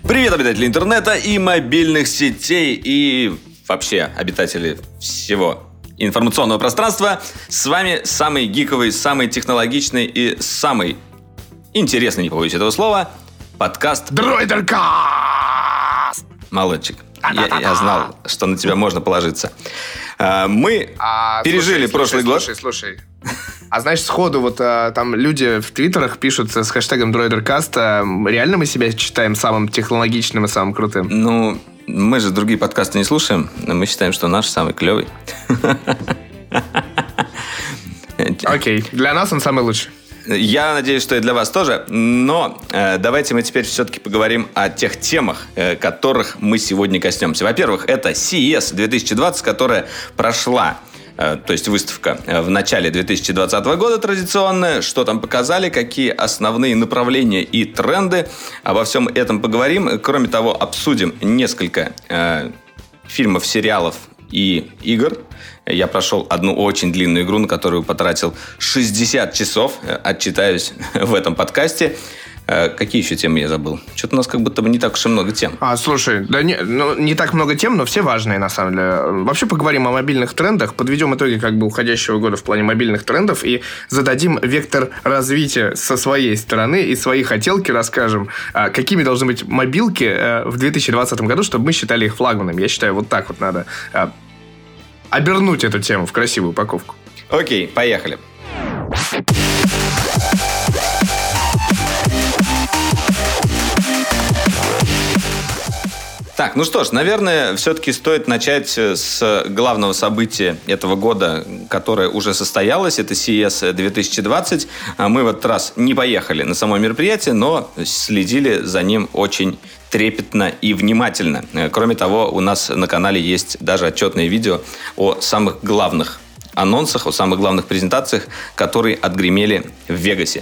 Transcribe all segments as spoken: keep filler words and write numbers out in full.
Привет, обитатели интернета и мобильных сетей, и вообще обитатели всего информационного пространства. С вами самый гиковый, самый технологичный и самый интересный, не побоюсь этого слова, подкаст Droidercast! Молодчик, я, я знал, что на тебя можно положиться. Мы а, пережили слушай, прошлый слушай, год. Слушай, слушай. А знаешь, сходу вот а, там люди в твиттерах пишут с хэштегом Droidercast. А, реально мы себя считаем самым технологичным и самым крутым? Ну, мы же другие подкасты не слушаем, но мы считаем, что наш самый клевый. Окей, для нас он самый лучший. Я надеюсь, что и для вас тоже. Но э, давайте мы теперь все-таки поговорим о тех темах, э, которых мы сегодня коснемся. Во-первых, это си и эс две тысячи двадцать, которая прошла, э, то есть выставка э, в начале две тысячи двадцатого года традиционная. Что там показали, какие основные направления и тренды. Обо всем этом поговорим. Кроме того, обсудим несколько э, фильмов, сериалов и игр. Я прошел одну очень длинную игру, на которую потратил шестьдесят часов. Отчитаюсь в этом подкасте. Какие еще темы я забыл? Что-то у нас как будто бы не так уж и много тем. А, слушай, да не, ну, не так много тем, но все важные, на самом деле. Вообще поговорим о мобильных трендах, подведем итоги как бы уходящего года в плане мобильных трендов и зададим вектор развития со своей стороны и свои хотелки расскажем, какими должны быть мобилки в две тысячи двадцатом году, чтобы мы считали их флагманами. Я считаю, вот так вот надо обернуть эту тему в красивую упаковку. Окей, поехали. Так, ну что ж, наверное, все-таки стоит начать с главного события этого года, которое уже состоялось. Это си и эс две тысячи двадцать. Мы в этот раз не поехали на само мероприятие, но следили за ним очень трепетно и внимательно. Кроме того, у нас на канале есть даже отчетное видео о самых главных анонсах, о самых главных презентациях, которые отгремели в Вегасе.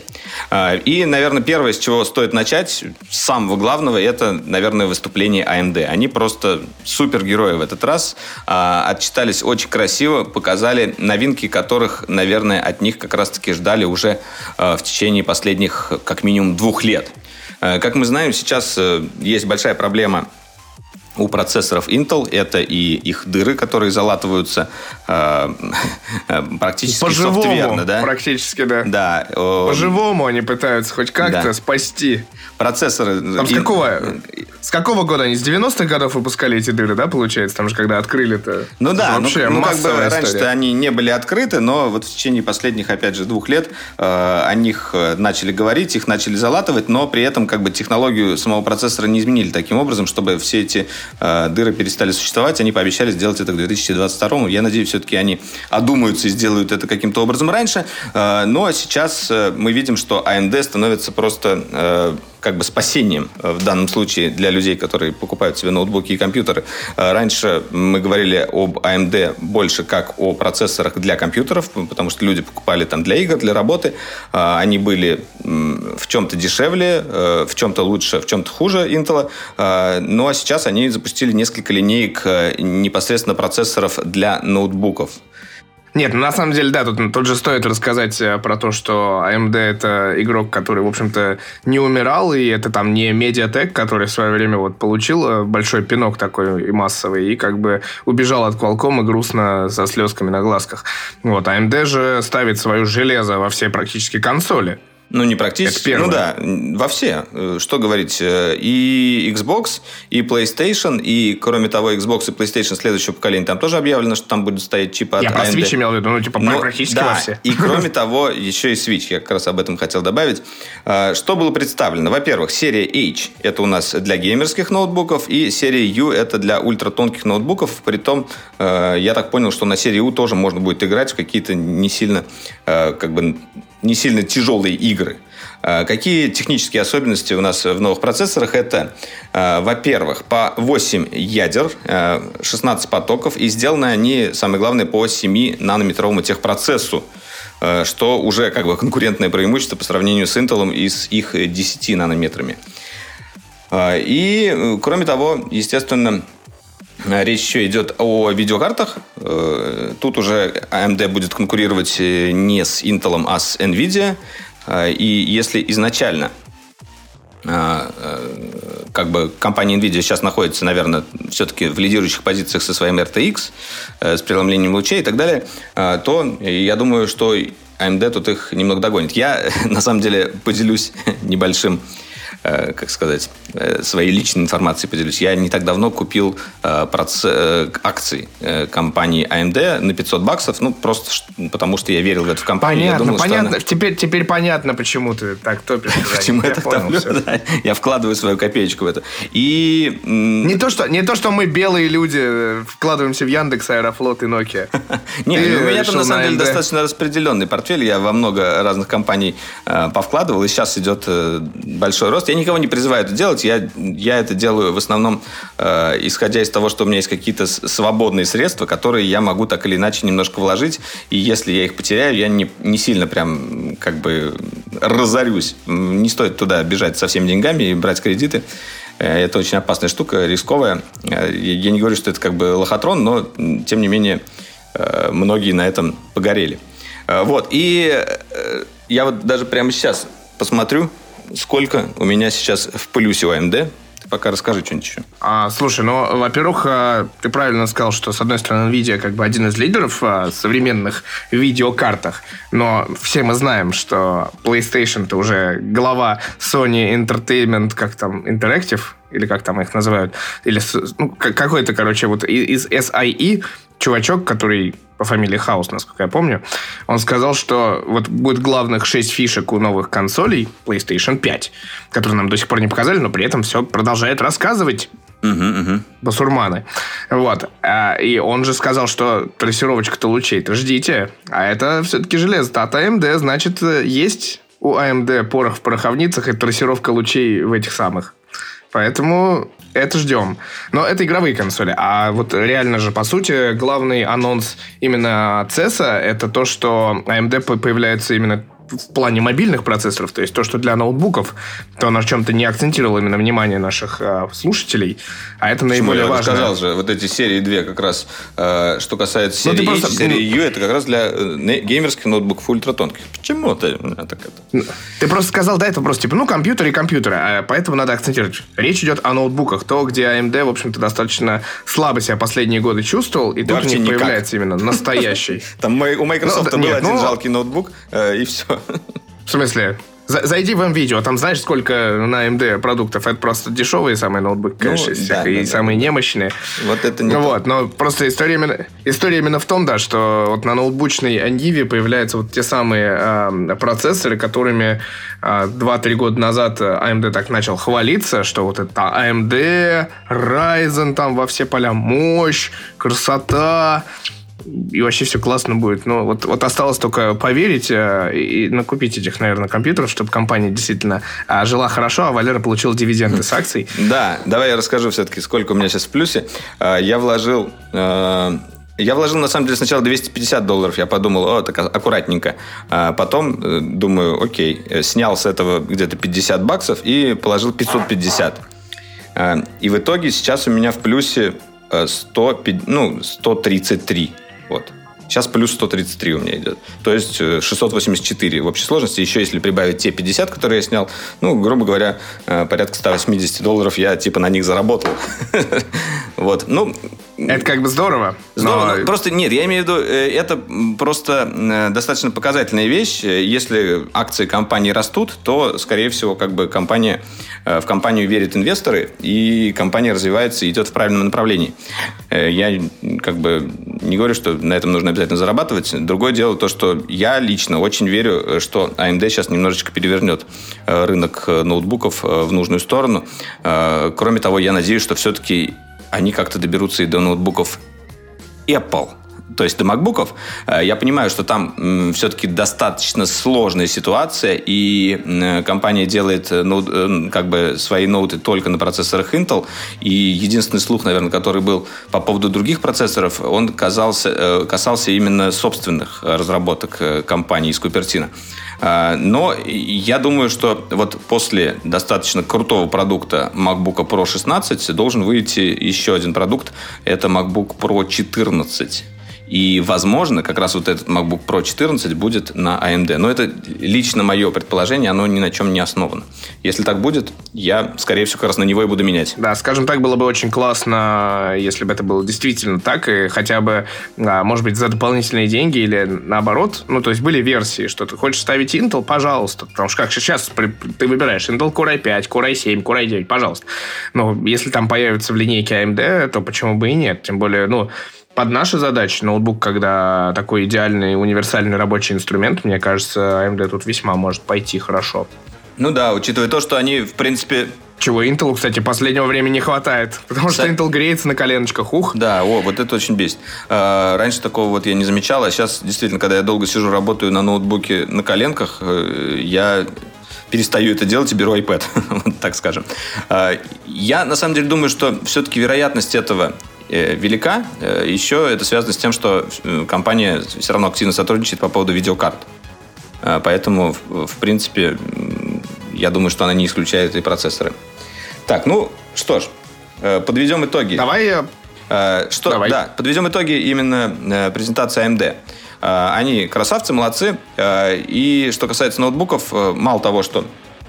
И, наверное, первое, с чего стоит начать, с самого главного, это, наверное, выступление эй эм ди. Они просто супергерои в этот раз. Отчитались очень красиво, показали новинки, которых, наверное, от них как раз-таки ждали уже в течение последних как минимум двух лет. Как мы знаем, сейчас есть большая проблема у процессоров Intel. Это и их дыры, которые залатываются э, практически по-живому, софтверно. Да? Практически, да. Да. По-живому они пытаются хоть как-то да. спасти. Процессоры... Там с, какого, с какого года они? С девяностых годов выпускали эти дыры, да, получается? Там же когда открыли-то... Ну да, вообще ну, ну как бы раньше-то история. они не были открыты, но вот в течение последних, опять же, двух лет э, о них начали говорить, их начали залатывать, но при этом как бы технологию самого процессора не изменили таким образом, чтобы все эти э, дыры перестали существовать. Они пообещали сделать это к две тысячи двадцать второму. Я надеюсь, все-таки они одумаются и сделают это каким-то образом раньше. Э, но сейчас э, мы видим, что эй эм ди становится просто... Э, как бы спасением в данном случае для людей, которые покупают себе ноутбуки и компьютеры. Раньше мы говорили об эй эм ди больше как о процессорах для компьютеров, потому что люди покупали там для игр, для работы. Они были в чем-то дешевле, в чем-то лучше, в чем-то хуже Intel. Ну а сейчас они запустили несколько линеек непосредственно процессоров для ноутбуков. Нет, ну на самом деле, да, тут, тут же стоит рассказать про то, что эй эм ди это игрок, который, в общем-то, не умирал, и это там не Mediatek, который в свое время вот получил большой пинок такой и массовый, и как бы убежал от Qualcomm и грустно со слезками на глазках. Вот, эй эм ди же ставит свое железо во все практически консоли. Ну, не практически, ну да, во все. Что говорить, и Xbox, и PlayStation, и, кроме того, Xbox и PlayStation следующего поколения, там тоже объявлено, что там будет стоять чипы от я эй эм ди. Я про Switch имел в виду, ну, типа, но, практически да, во все. И, кроме того, еще и Switch, я как раз об этом хотел добавить. Что было представлено? Во-первых, серия H – это у нас для геймерских ноутбуков, и серия U – это для ультратонких ноутбуков. Притом, я так понял, что на серии U тоже можно будет играть в какие-то не сильно, как бы, не сильно тяжелые игры. Какие технические особенности у нас в новых процессорах? Это, во-первых, по восемь ядер, шестнадцать потоков, и сделаны они, самое главное, по семинанометровому техпроцессу, что уже как бы конкурентное преимущество по сравнению с Intel и с их десятью нанометрами. И, кроме того, естественно, речь еще идет о видеокартах. Тут уже эй эм ди будет конкурировать не с Intel, а с NVIDIA. И если изначально как бы компания NVIDIA сейчас находится, наверное, все-таки в лидирующих позициях со своим эр ти экс, с преломлением лучей и так далее, то я думаю, что эй эм ди тут их немного догонит. Я, на самом деле, поделюсь небольшим, как сказать, своей личной информацией поделюсь. Я не так давно купил проц... акции компании эй эм ди на пятьсот баксов, ну, просто потому что я верил в эту компанию. Понятно, я думал, понятно. Она... Теперь, теперь понятно, почему ты так топишь. Почему я так топлю, да. Я вкладываю свою копеечку в это. И... Не то, что, не то, что мы, белые люди, вкладываемся в Яндекс, Аэрофлот и Nokia. Нет, у меня там, на самом деле, достаточно распределенный портфель. Я во много разных компаний повкладывал, и сейчас идет большой рост. Я никого не призываю это делать. Я, я это делаю в основном э, исходя из того, что у меня есть какие-то свободные средства, которые я могу так или иначе немножко вложить. И если я их потеряю, я не, не сильно прям как бы разорюсь. Не стоит туда бежать со всеми деньгами и брать кредиты. Это очень опасная штука, рисковая. Я не говорю, что это как бы лохотрон, но тем не менее многие на этом погорели. Вот. И я вот даже прямо сейчас посмотрю, сколько у меня сейчас в плюсе у эй эм ди. Ты пока расскажи что-нибудь еще. А, слушай, ну, во-первых, ты правильно сказал, что, с одной стороны, NVIDIA как бы один из лидеров в современных видеокартах, но все мы знаем, что PlayStation-то уже глава Sony Entertainment, как там, Interactive, или как там их называют, или ну, какой-то, короче, вот из эс ай и, чувачок, который по фамилии Хаус, насколько я помню, он сказал, что вот будет главных шесть фишек у новых консолей PlayStation пять, которые нам до сих пор не показали, но при этом все продолжает рассказывать. Uh-huh, uh-huh. Басурманы. Вот. И он же сказал, что трассировочка-то лучей-то ждите. А это все-таки железо. От эй эм ди, значит, есть у эй эм ди порох в пороховницах и трассировка лучей в этих самых. Поэтому это ждем. Но это игровые консоли. А вот реально же, по сути, главный анонс именно цеса — это то, что эй эм ди появляется именно в плане мобильных процессоров, то есть то, что для ноутбуков, то на чем-то не акцентировало именно внимание наших э, слушателей, а это Почему? наиболее я важно. Я сказал же, вот эти серии две как раз, э, что касается серии H, просто... серии U, это как раз для э, геймерских ноутбуков ультратонких. Почему ты так это? Ты просто сказал, да, это просто типа, ну, компьютер и компьютер, а поэтому надо акцентировать. Речь идет о ноутбуках, то, где эй эм ди, в общем-то, достаточно слабо себя последние годы чувствовал, и тут у них появляется именно настоящий. Там у Microsoft был один жалкий ноутбук, и все. В смысле? Зайди в МВидео, там знаешь, сколько на эй эм ди продуктов. Это просто дешевые самые ноутбуки, конечно, ну, всех, да, и да, самые да. немощные. Вот это не вот, но просто история именно, история именно в том, да, что вот на ноутбучной Ниве появляются вот те самые э, процессоры, которыми э, два-три года назад эй эм ди так начал хвалиться, что вот это эй эм ди, Ryzen там во все поля, мощь, красота... И вообще все классно будет. Но вот, вот осталось только поверить э, и накупить этих, наверное, компьютеров, чтобы компания действительно э, жила хорошо, а Валера получил дивиденды с акций. Да, давай я расскажу все-таки, сколько у меня сейчас в плюсе. Э, я вложил... Э, я вложил, на самом деле, сначала двести пятьдесят долларов. Я подумал, о, так аккуратненько. А потом э, думаю, окей, снял с этого где-то пятьдесят баксов и положил пятьсот пятьдесят. Э, и в итоге сейчас у меня в плюсе сто, ну, сто тридцать три. Вот. Сейчас плюс сто тридцать три у меня идет. То есть шестьсот восемьдесят четыре в общей сложности. Еще если прибавить те пятьдесят, которые я снял, ну, грубо говоря, порядка сто восемьдесят долларов я типа на них заработал. Вот. Ну, это как бы здорово. Здорово. Но... Просто нет, я имею в виду, это просто достаточно показательная вещь. Если акции компании растут, то, скорее всего, как бы компания, в компанию верят инвесторы, и компания развивается и идет в правильном направлении. Я как бы не говорю, что на этом нужно обязательно зарабатывать. Другое дело то, что я лично очень верю, что эй эм ди сейчас немножечко перевернет рынок ноутбуков в нужную сторону. Кроме того, я надеюсь, что все-таки они как-то доберутся и до ноутбуков Apple. То есть до макбуков. Я понимаю, что там все-таки достаточно сложная ситуация, и компания делает ноут, как бы свои ноуты только на процессорах Intel, и единственный слух, наверное, который был по поводу других процессоров, он касался, касался именно собственных разработок компании из Купертино. Но я думаю, что вот после достаточно крутого продукта MacBook Pro шестнадцать должен выйти еще один продукт. Это MacBook Pro четырнадцать. И, возможно, как раз вот этот MacBook Pro четырнадцать будет на эй эм ди. Но это лично мое предположение, оно ни на чем не основано. Если так будет, я, скорее всего, как раз на него и буду менять. Да, скажем так, было бы очень классно, если бы это было действительно так, и хотя бы, может быть, за дополнительные деньги или наоборот. Ну, то есть были версии, что ты хочешь ставить Intel, пожалуйста. Потому что как сейчас ты выбираешь Intel Core ай пять, Core ай семь, Core ай девять, пожалуйста. Но если там появится в линейке эй эм ди, то почему бы и нет? Тем более, ну, под наши задачи ноутбук, когда такой идеальный универсальный рабочий инструмент, мне кажется, эй эм ди тут весьма может пойти хорошо. Ну да, учитывая то, что они, в принципе... Чего Intel, кстати, последнего времени не хватает. Потому что Intel греется на коленочках. Ух. Да, о, вот это очень бесит. А, раньше такого вот я не замечал, а сейчас, действительно, когда я долго сижу, работаю на ноутбуке на коленках, я... перестаю это делать и беру iPad, вот так скажем. Я, на самом деле, думаю, что все-таки вероятность этого велика. Еще это связано с тем, что компания все равно активно сотрудничает по поводу видеокарт. Поэтому, в принципе, я думаю, что она не исключает и процессоры. Так, ну, что ж, подведем итоги. Давай я... Что, Давай. Да, подведем итоги именно презентации эй эм ди. Они красавцы, молодцы. И что касается ноутбуков, мало того, что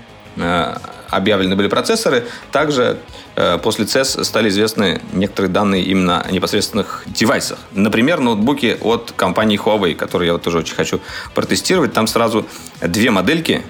объявлены были процессоры, также после си и эс стали известны некоторые данные именно о непосредственных девайсах. Например, ноутбуки от компании Huawei, которые я вот тоже очень хочу протестировать. Там сразу две модельки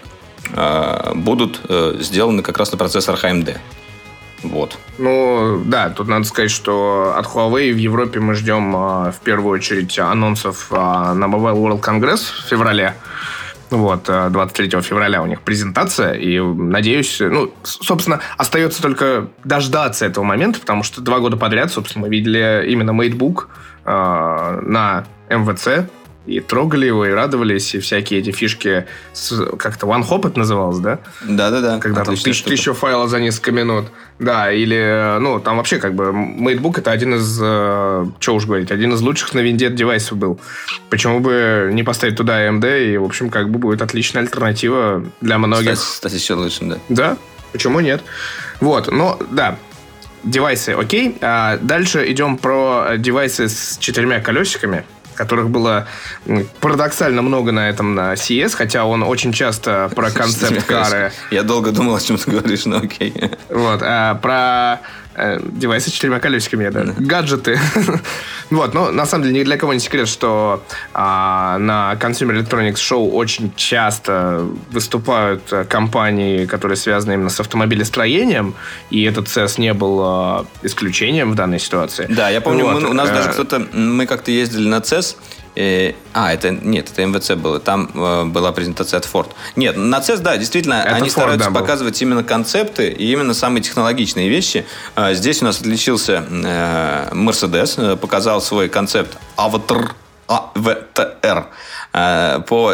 будут сделаны как раз на процессорах эй эм ди. Вот. Ну, да, тут надо сказать, что от Huawei в Европе мы ждем в первую очередь анонсов на Mobile World Congress в феврале. Вот, двадцать третьего февраля у них презентация, и, надеюсь, ну, собственно, остается только дождаться этого момента, потому что два года подряд, собственно, мы видели именно MateBook э, на эм вэ цэ, и трогали его, и радовались, и всякие эти фишки, с, как-то OneHop это называлось, да? Да-да-да. Когда там тысяч, тысячу файлов за несколько минут. Да, или, ну, там вообще как бы MateBook это один из, э, что уж говорить, один из лучших на винде девайсов был. Почему бы не поставить туда эй эм ди, и, в общем, как бы будет отличная альтернатива для многих. Кстати, кстати еще лучше, да. Да, почему нет? Вот, ну, да, девайсы, окей. А дальше идем про девайсы с четырьмя колесиками, которых было парадоксально много на этом на си и эс, хотя он очень часто про концепт-кары. Я долго думал, о чем ты говоришь, но окей. Вот, а про э, девайсы с четырьмя колесиками, да, гаджеты. Вот, но на самом деле ни для кого не секрет, что а, на Consumer Electronics Show очень часто выступают компании, которые связаны именно с автомобилестроением, и этот си и эс не был а, исключением в данной ситуации. Да, я помню, вот. мы, у нас даже кто-то, мы как-то ездили на си и эс, э, а, это, нет, это эм вэ цэ было, там э, была презентация от Ford. Нет, на си и эс, да, действительно, это они Ford, стараются да, показывать именно концепты и именно самые технологичные вещи. Э, здесь у нас отличился э, Mercedes, э, показал свой концепт Avatar, а вэ тэ эр. Э, по...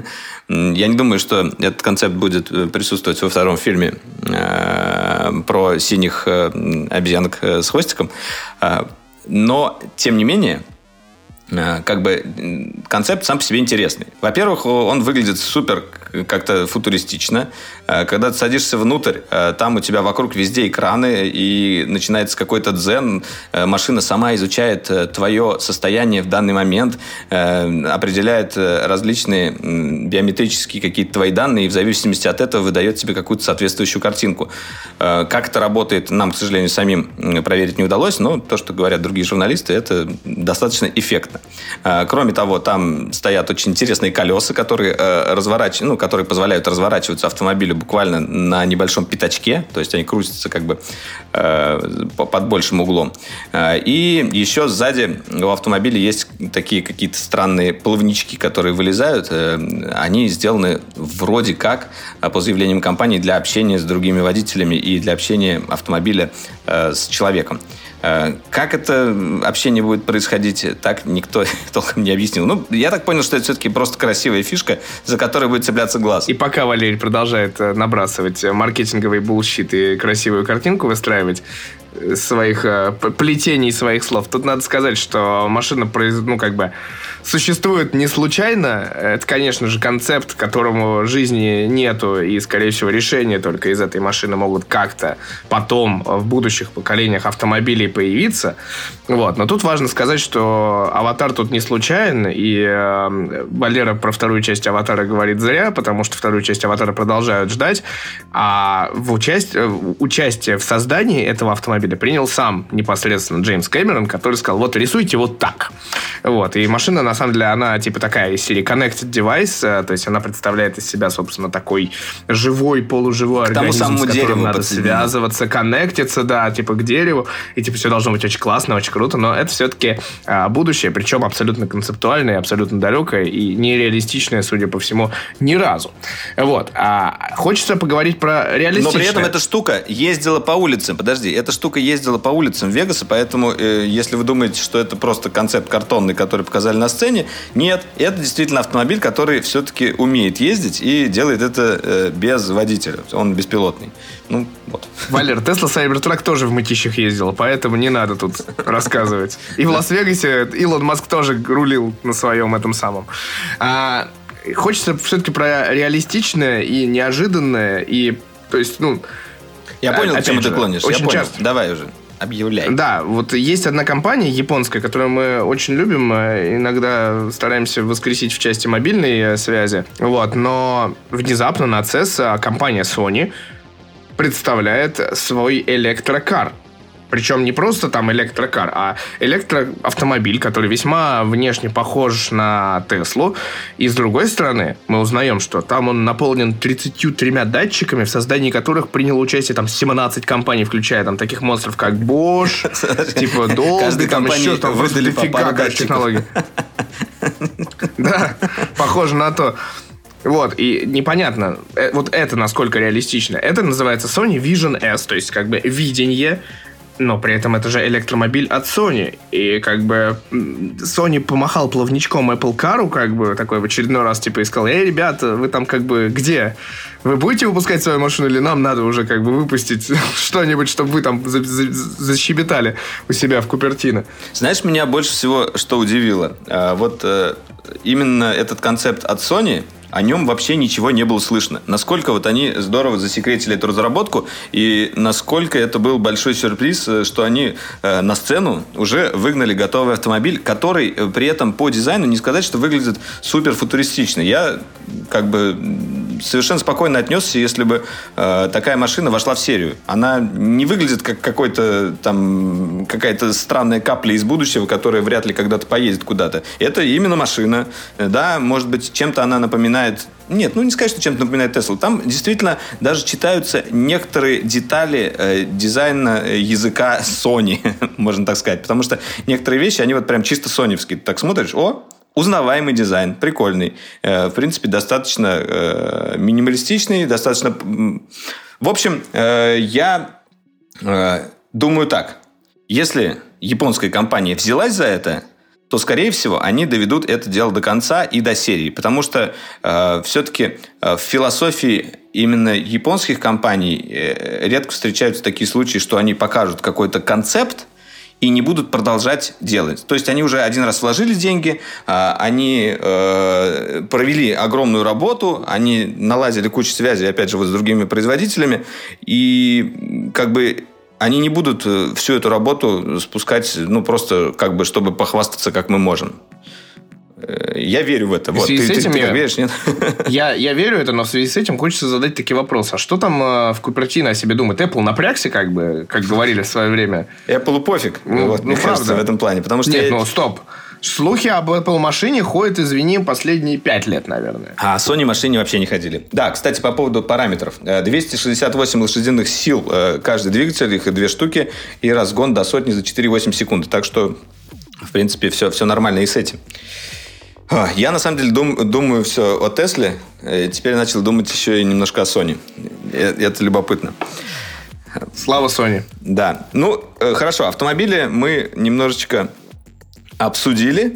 Я не думаю, что этот концепт будет присутствовать во втором фильме э, про синих э, обезьянок э, с хвостиком. Э, но, тем не менее, как бы концепт сам по себе интересный. Во-первых, он выглядит супер как-то футуристично. Когда ты садишься внутрь, там у тебя вокруг везде экраны, и начинается какой-то дзен. Машина сама изучает твое состояние в данный момент, определяет различные биометрические какие-то твои данные, и в зависимости от этого выдает тебе какую-то соответствующую картинку. Как это работает, нам, к сожалению, самим проверить не удалось, но то, что говорят другие журналисты, это достаточно эффектно. Кроме того, там стоят очень интересные колеса, которые, разворач... ну, которые позволяют разворачиваться автомобилю буквально на небольшом пятачке, то есть они крутятся как бы под большим углом. И еще сзади у автомобиля есть такие какие-то странные плавнички, которые вылезают. Они сделаны вроде как, по заявлениям компании, для общения с другими водителями и для общения автомобиля с человеком. Как это общение будет происходить, так никто толком не объяснил. Ну, я так понял, что это все-таки просто красивая фишка, за которой будет цепляться глаз. И пока Валерий продолжает набрасывать маркетинговый булщит и красивую картинку выстраивать своих плетений своих слов, тут надо сказать, что машина, ну, как бы существует не случайно. Это, конечно же, концепт, которому жизни нету, и, скорее всего, решения только из этой машины могут как-то потом в будущих поколениях автомобилей появиться. Вот. Но тут важно сказать, что «Аватар» тут не случайен, и э, Валера про вторую часть «Аватара» говорит зря, потому что вторую часть «Аватара» продолжают ждать, а в участие, участие в создании этого автомобиля принял сам непосредственно Джеймс Кэмерон, который сказал, вот рисуйте вот так. Вот. И машина, на самом деле, она типа такая из серии Connected Device, то есть она представляет из себя, собственно, такой живой, полуживой организм, с которым надо связываться, коннектиться, да, типа к дереву, и типа все должно быть очень классно, очень круто, но это все-таки а, будущее, причем абсолютно концептуальное, абсолютно далекое и нереалистичное, судя по всему, ни разу. Вот. А хочется поговорить про реалистичное. Но при этом эта штука ездила по улицам. Подожди, эта штука ездила по улицам Вегаса, поэтому э, если вы думаете, что это просто концепт картонный, который показали на сцене, нет, это действительно автомобиль, который все-таки умеет ездить и делает это э, без водителя. Он беспилотный. Ну, вот. Валер, Тесла Cybertruck тоже в мытищах ездила, поэтому не надо тут рассказывать. И в Лас-Вегасе Илон Маск тоже рулил на своем этом самом. А, хочется все-таки про реалистичное и неожиданное, и, то есть, ну... Я понял, к чему ты клонишь. Я понял. Часто. Давай уже. Объявляй. Да, вот есть одна компания японская, которую мы очень любим, иногда стараемся воскресить в части мобильной связи, вот, но внезапно на цес компания Sony представляет свой электрокар. Причем не просто там электрокар, а электроавтомобиль, который весьма внешне похож на Теслу. И с другой стороны, мы узнаем, что там он наполнен тридцатью тремя датчиками, в создании которых приняло участие там семнадцать компаний, включая там таких монстров, как Bosch, типа Dolby, там еще там выдали дофига технологий. Да, похоже на то. Вот, и непонятно, вот это насколько реалистично. Это называется Sony Vision S, то есть как бы видение, но при этом это же электромобиль от Sony. И как бы Sony помахал плавничком Apple Car'у, как бы такой в очередной раз типа и сказал, эй, ребята, вы там как бы где? Вы будете выпускать свою машину или нам надо уже как бы выпустить что-нибудь, чтобы вы там за- за- защебетали у себя в Купертино? Знаешь, меня больше всего что удивило? А, вот а, именно этот концепт от Sony, о нем вообще ничего не было слышно. Насколько вот они здорово засекретили эту разработку, и насколько это был большой сюрприз, что они э, на сцену уже выгнали готовый автомобиль, который э, при этом по дизайну не сказать, что выглядит супер футуристично. Я как бы совершенно спокойно отнесся, если бы э, такая машина вошла в серию. Она не выглядит как какой-то там какая-то странная капля из будущего, которая вряд ли когда-то поедет куда-то. Это именно машина. Да, может быть, чем-то она напоминает. Нет, ну не сказать, что чем-то напоминает Tesla. Там действительно даже читаются некоторые детали э, дизайна языка Sony, можно так сказать. Потому что некоторые вещи, они вот прям чисто соневские. Ты так смотришь, о, узнаваемый дизайн, прикольный. Э, в принципе, достаточно э, минималистичный, достаточно... В общем, э, я э, думаю так. Если японская компания взялась за это, то, скорее всего, они доведут это дело до конца и до серии. Потому что э, все-таки э, в философии именно японских компаний э, редко встречаются такие случаи, что они покажут какой-то концепт и не будут продолжать делать. То есть они уже один раз вложили деньги, э, они э, провели огромную работу, они наладили кучу связей, опять же, вот с другими производителями, и как бы... Они не будут всю эту работу спускать, ну, просто как бы, чтобы похвастаться, как мы можем. Я верю в это. В вот. связи Ты, с этим ты, ты я, веришь, нет? Я, я верю в это, но в связи с этим хочется задать такие вопросы. А что там э, в Купертино о себе думает? Apple напрягся, как бы, как говорили в свое время? Apple пофиг, ну, вот, ну, мне кажется, в этом плане. Потому что Нет, я... ну, стоп. Слухи об Apple машине ходят, извини, последние пять лет, наверное. А о Sony машине вообще не ходили. Да, кстати, по поводу параметров. двести шестьдесят восемь лошадиных сил каждый двигатель, их две штуки, и разгон до сотни за четыре целых восемь десятых секунды. Так что, в принципе, все, все нормально и с этим. Я, на самом деле, дум, думаю все о Тесле. Теперь начал думать еще и немножко о Sony. Это любопытно. Слава Sony. Да. Ну, хорошо, автомобили мы немножечко... обсудили.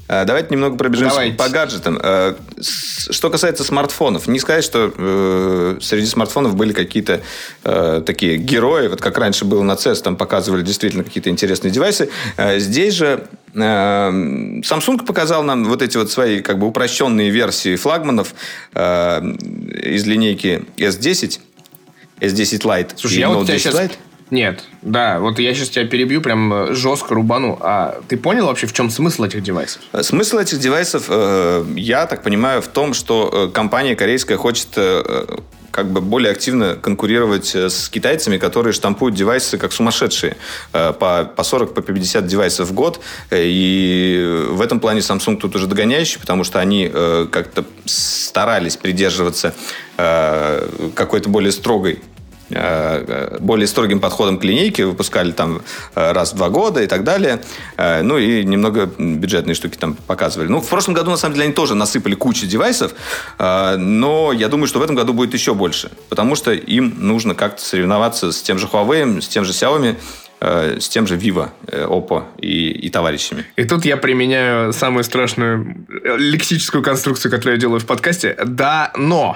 Давайте немного пробежимся Давайте. по гаджетам. Что касается смартфонов, не сказать, что э, среди смартфонов были какие-то э, такие герои, вот как раньше было на си и эс, там показывали действительно какие-то интересные девайсы. Здесь же э, Samsung показал нам вот эти вот свои как бы упрощенные версии флагманов э, из линейки эс десять, эс десять Lite. Слушай, я вот тебя сейчас... Lite. Нет, да, вот я сейчас тебя перебью, прям жестко рубану. А ты понял вообще, в чем смысл этих девайсов? Смысл этих девайсов, э, я так понимаю, в том, что компания корейская хочет э, как бы более активно конкурировать с китайцами, которые штампуют девайсы как сумасшедшие. Э, по, по сорок, по пятьдесят девайсов в год. И в этом плане Samsung тут уже догоняющий, потому что они э, как-то старались придерживаться э, какой-то более строгой более строгим подходом к линейке, выпускали там раз в два года и так далее. Ну и немного бюджетные штуки там показывали. Ну, в прошлом году, на самом деле, они тоже насыпали кучу девайсов, но я думаю, что в этом году будет еще больше, потому что им нужно как-то соревноваться с тем же Huawei, с тем же Xiaomi, с тем же Vivo, Oppo и, и товарищами. И тут я применяю самую страшную лексическую конструкцию, которую я делаю в подкасте. Да, но...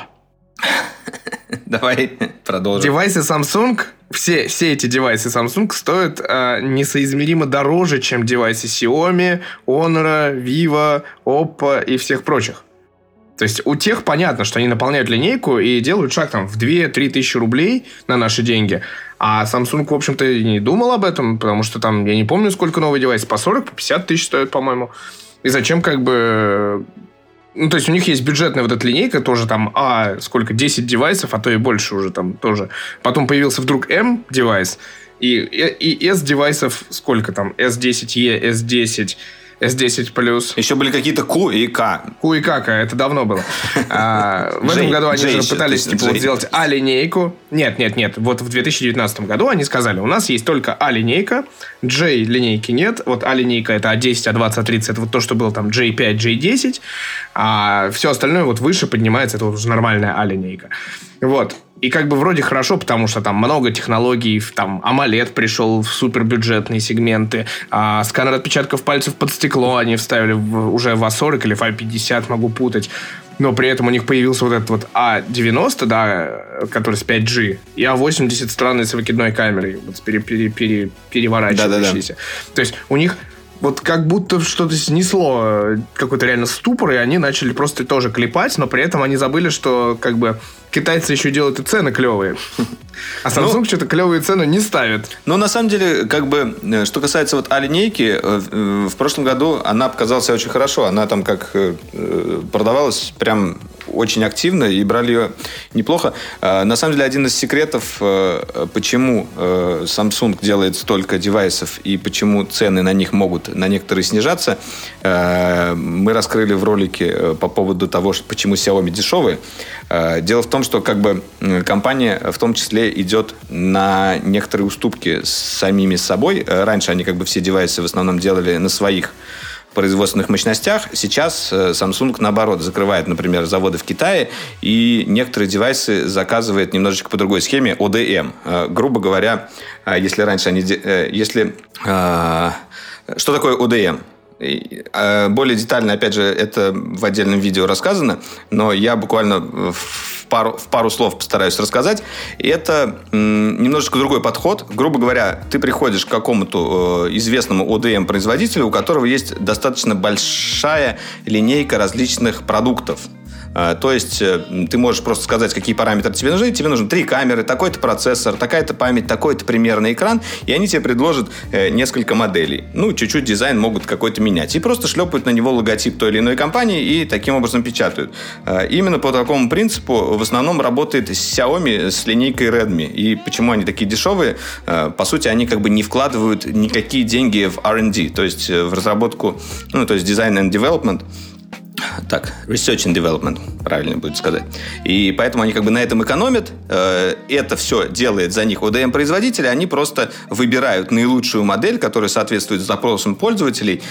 Давай продолжим. Девайсы Samsung, все, все эти девайсы Samsung стоят а, несоизмеримо дороже, чем девайсы Xiaomi, Honor, Vivo, Oppo и всех прочих. То есть у тех понятно, что они наполняют линейку и делают шаг там в две-три тысячи рублей на наши деньги. А Samsung, в общем-то, и не думал об этом, потому что там, я не помню, сколько новые девайсы, по сорок, по пятьдесят тысяч стоят, по-моему. И зачем как бы... Ну, то есть, у них есть бюджетная вот эта линейка, тоже там, а, сколько, десять девайсов, а то и больше уже там тоже. Потом появился вдруг M-девайс, и, и S-девайсов сколько там, эс десять и, эс десять, эс десять плюс. Еще были какие-то Q и K. Q и K, это давно было. А, в этом году они же пытались типа, вот, сделать А-линейку. Нет, нет, нет. Вот в две тысячи девятнадцатом году они сказали, у нас есть только А-линейка, J-линейки нет. Вот А-линейка это А десять, А двадцать, А тридцать. Это вот то, что было там джей пять, джей десять. А все остальное вот выше поднимается. Это вот уже нормальная А-линейка. Вот. И как бы вроде хорошо, потому что там много технологий, там AMOLED пришел в супербюджетные сегменты, а сканер отпечатков пальцев под стекло они вставили в, уже в А сорок или в А пятьдесят, могу путать. Но при этом у них появился вот этот вот А девяносто, да, который с пять джи, и А восемьдесят странный с выкидной камерой, вот, пере, пере, пере, переворачивающейся. Да-да-да. То есть у них вот как будто что-то снесло какой-то реально ступор, и они начали просто тоже клепать, но при этом они забыли, что как бы китайцы еще делают и цены клевые. А Samsung ну, что-то клевые цены не ставит. Ну, на самом деле, как бы, что касается вот А-линейки, в прошлом году она показала себя очень хорошо. Она там как продавалась прям очень активно и брали ее неплохо. На самом деле, один из секретов, почему Samsung делает столько девайсов и почему цены на них могут на некоторые снижаться, мы раскрыли в ролике по поводу того, почему Xiaomi дешевые. Дело в том, что как бы компания в том числе идет на некоторые уступки с самими собой. Раньше они как бы все девайсы в основном делали на своих производственных мощностях. Сейчас Samsung, наоборот, закрывает, например, заводы в Китае и некоторые девайсы заказывает немножечко по другой схеме о дэ эм. Грубо говоря, если раньше они... Если, что такое о дэ эм? Более детально, опять же, это в отдельном видео рассказано, но я буквально в пару, в пару слов постараюсь рассказать. Это м, немножечко другой подход. Грубо говоря, ты приходишь к какому-то э, известному о дэ эм-производителю, у которого есть достаточно большая линейка различных продуктов. То есть ты можешь просто сказать, какие параметры тебе нужны. Тебе нужны три камеры, такой-то процессор, такая-то память, такой-то примерный экран. И они тебе предложат несколько моделей. Ну, чуть-чуть дизайн могут какой-то менять. И просто шлепают на него логотип той или иной компании и таким образом печатают. Именно по такому принципу в основном работает Xiaomi с линейкой Redmi. И почему они такие дешевые? По сути, они как бы не вкладывают никакие деньги в ар энд ди. То есть в разработку, ну, то есть Design and Development. Так, Research and Development, правильно будет сказать. И поэтому они как бы на этом экономят. Это все делает за них о дэ эм-производители. Они просто выбирают наилучшую модель, которая соответствует запросам пользователей,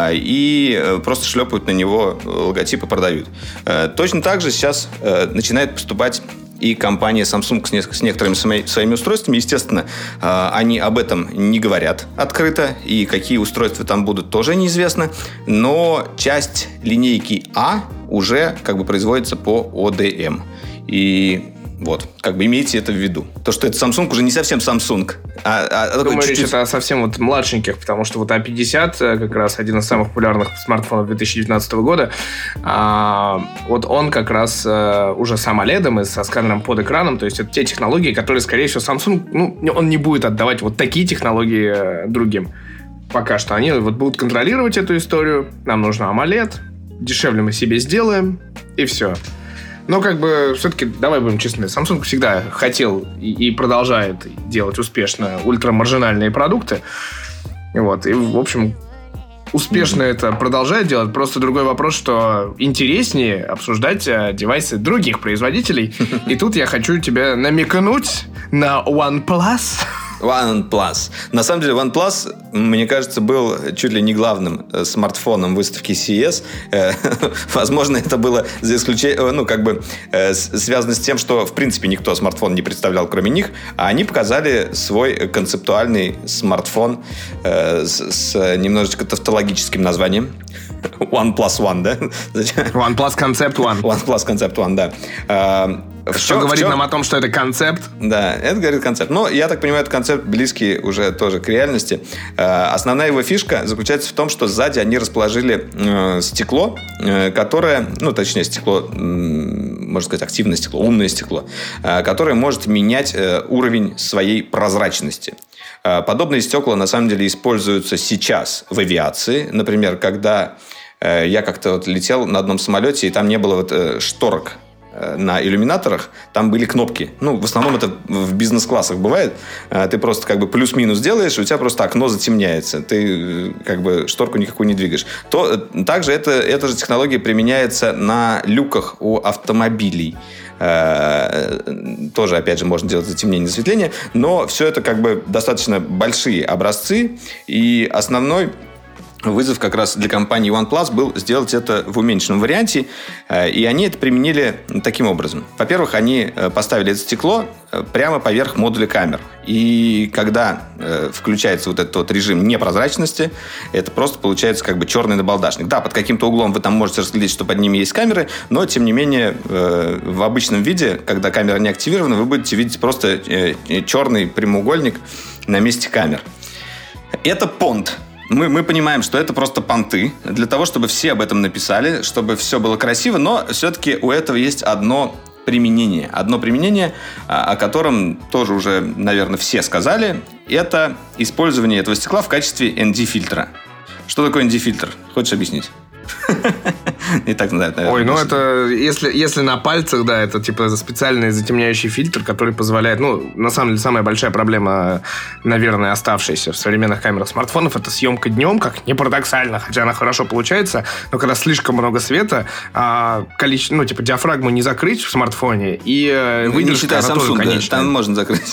и просто шлепают на него логотип и продают. Точно так же сейчас начинает поступать и компания Samsung с, не, с некоторыми своими, своими устройствами. Естественно, э, они об этом не говорят открыто, и какие устройства там будут, тоже неизвестно. Но часть линейки А уже как бы производится по о дэ эм. И вот, как бы имейте это в виду. То, что это Samsung, уже не совсем Samsung. А, а Думаю, речь это о совсем вот младшеньких, потому что вот а пятьдесят, как раз один из самых популярных смартфонов две тысячи девятнадцатого года, а, вот он как раз а, уже с AMOLED и со сканером под экраном, то есть это те технологии, которые, скорее всего, Samsung, ну, он не будет отдавать вот такие технологии а, другим. Пока что они вот будут контролировать эту историю. Нам нужен AMOLED, дешевле мы себе сделаем, и все. Но как бы все-таки, давай будем честны, Samsung всегда хотел и, и продолжает делать успешно ультрамаржинальные продукты. Вот. И, в общем, успешно mm-hmm. это продолжает делать. Просто другой вопрос, что интереснее обсуждать девайсы других производителей. И тут я хочу тебе намекнуть на OnePlus. OnePlus. На самом деле, OnePlus, мне кажется, был чуть ли не главным смартфоном выставки си и эс. Возможно, это было за исключением, ну, как бы связано с тем, что, в принципе, никто смартфон не представлял, кроме них, а они показали свой концептуальный смартфон с, с немножечко тавтологическим названием. OnePlus One, да? OnePlus Concept One. OnePlus Concept One, да. Что чем, говорит чем? Нам о том, что это концепт? Да, это говорит концепт. Но я так понимаю, это концепт близкий уже тоже к реальности. Э, основная его фишка заключается в том, что сзади они расположили э, стекло, э, которое, ну, точнее, стекло, э, можно сказать, активное стекло, умное стекло, э, которое может менять э, уровень своей прозрачности. Э, подобные стекла, на самом деле, используются сейчас в авиации. Например, когда э, я как-то вот летел на одном самолете, и там не было вот, э, шторок на иллюминаторах, там были кнопки. Ну, в основном это в бизнес-классах бывает. Ты просто как бы плюс-минус делаешь, и у тебя просто окно затемняется. Ты как бы шторку никакую не двигаешь. То, также это, эта же технология применяется на люках у автомобилей. Тоже, опять же, можно делать затемнение, засветление. Но все это как бы достаточно большие образцы. И основной вызов как раз для компании OnePlus был сделать это в уменьшенном варианте, и они это применили таким образом. Во-первых, они поставили это стекло прямо поверх модуля камер. И когда включается вот этот вот режим непрозрачности, это просто получается как бы черный набалдашник. Да, под каким-то углом вы там можете разглядеть, что под ними есть камеры, но, тем не менее, в обычном виде, когда камера не активирована, вы будете видеть просто черный прямоугольник на месте камер. Это понт. Мы, мы понимаем, что это просто понты для того, чтобы все об этом написали, чтобы все было красиво, но все-таки у этого есть одно применение. Одно применение, о котором тоже уже, наверное, все сказали, это использование этого стекла в качестве эн ди-фильтра. Что такое эн ди-фильтр? Хочешь объяснить? Не так надо, наверное. Ой, ну это, если, если на пальцах, да, это типа специальный затемняющий фильтр, который позволяет, ну, на самом деле, самая большая проблема, наверное, оставшаяся в современных камерах смартфонов, это съемка днем, как не парадоксально, хотя она хорошо получается, но когда слишком много света, а количество, ну, типа, диафрагму не закрыть в смартфоне, и выдержка, не считай она Samsung, тоже конечная. Там можно закрыть.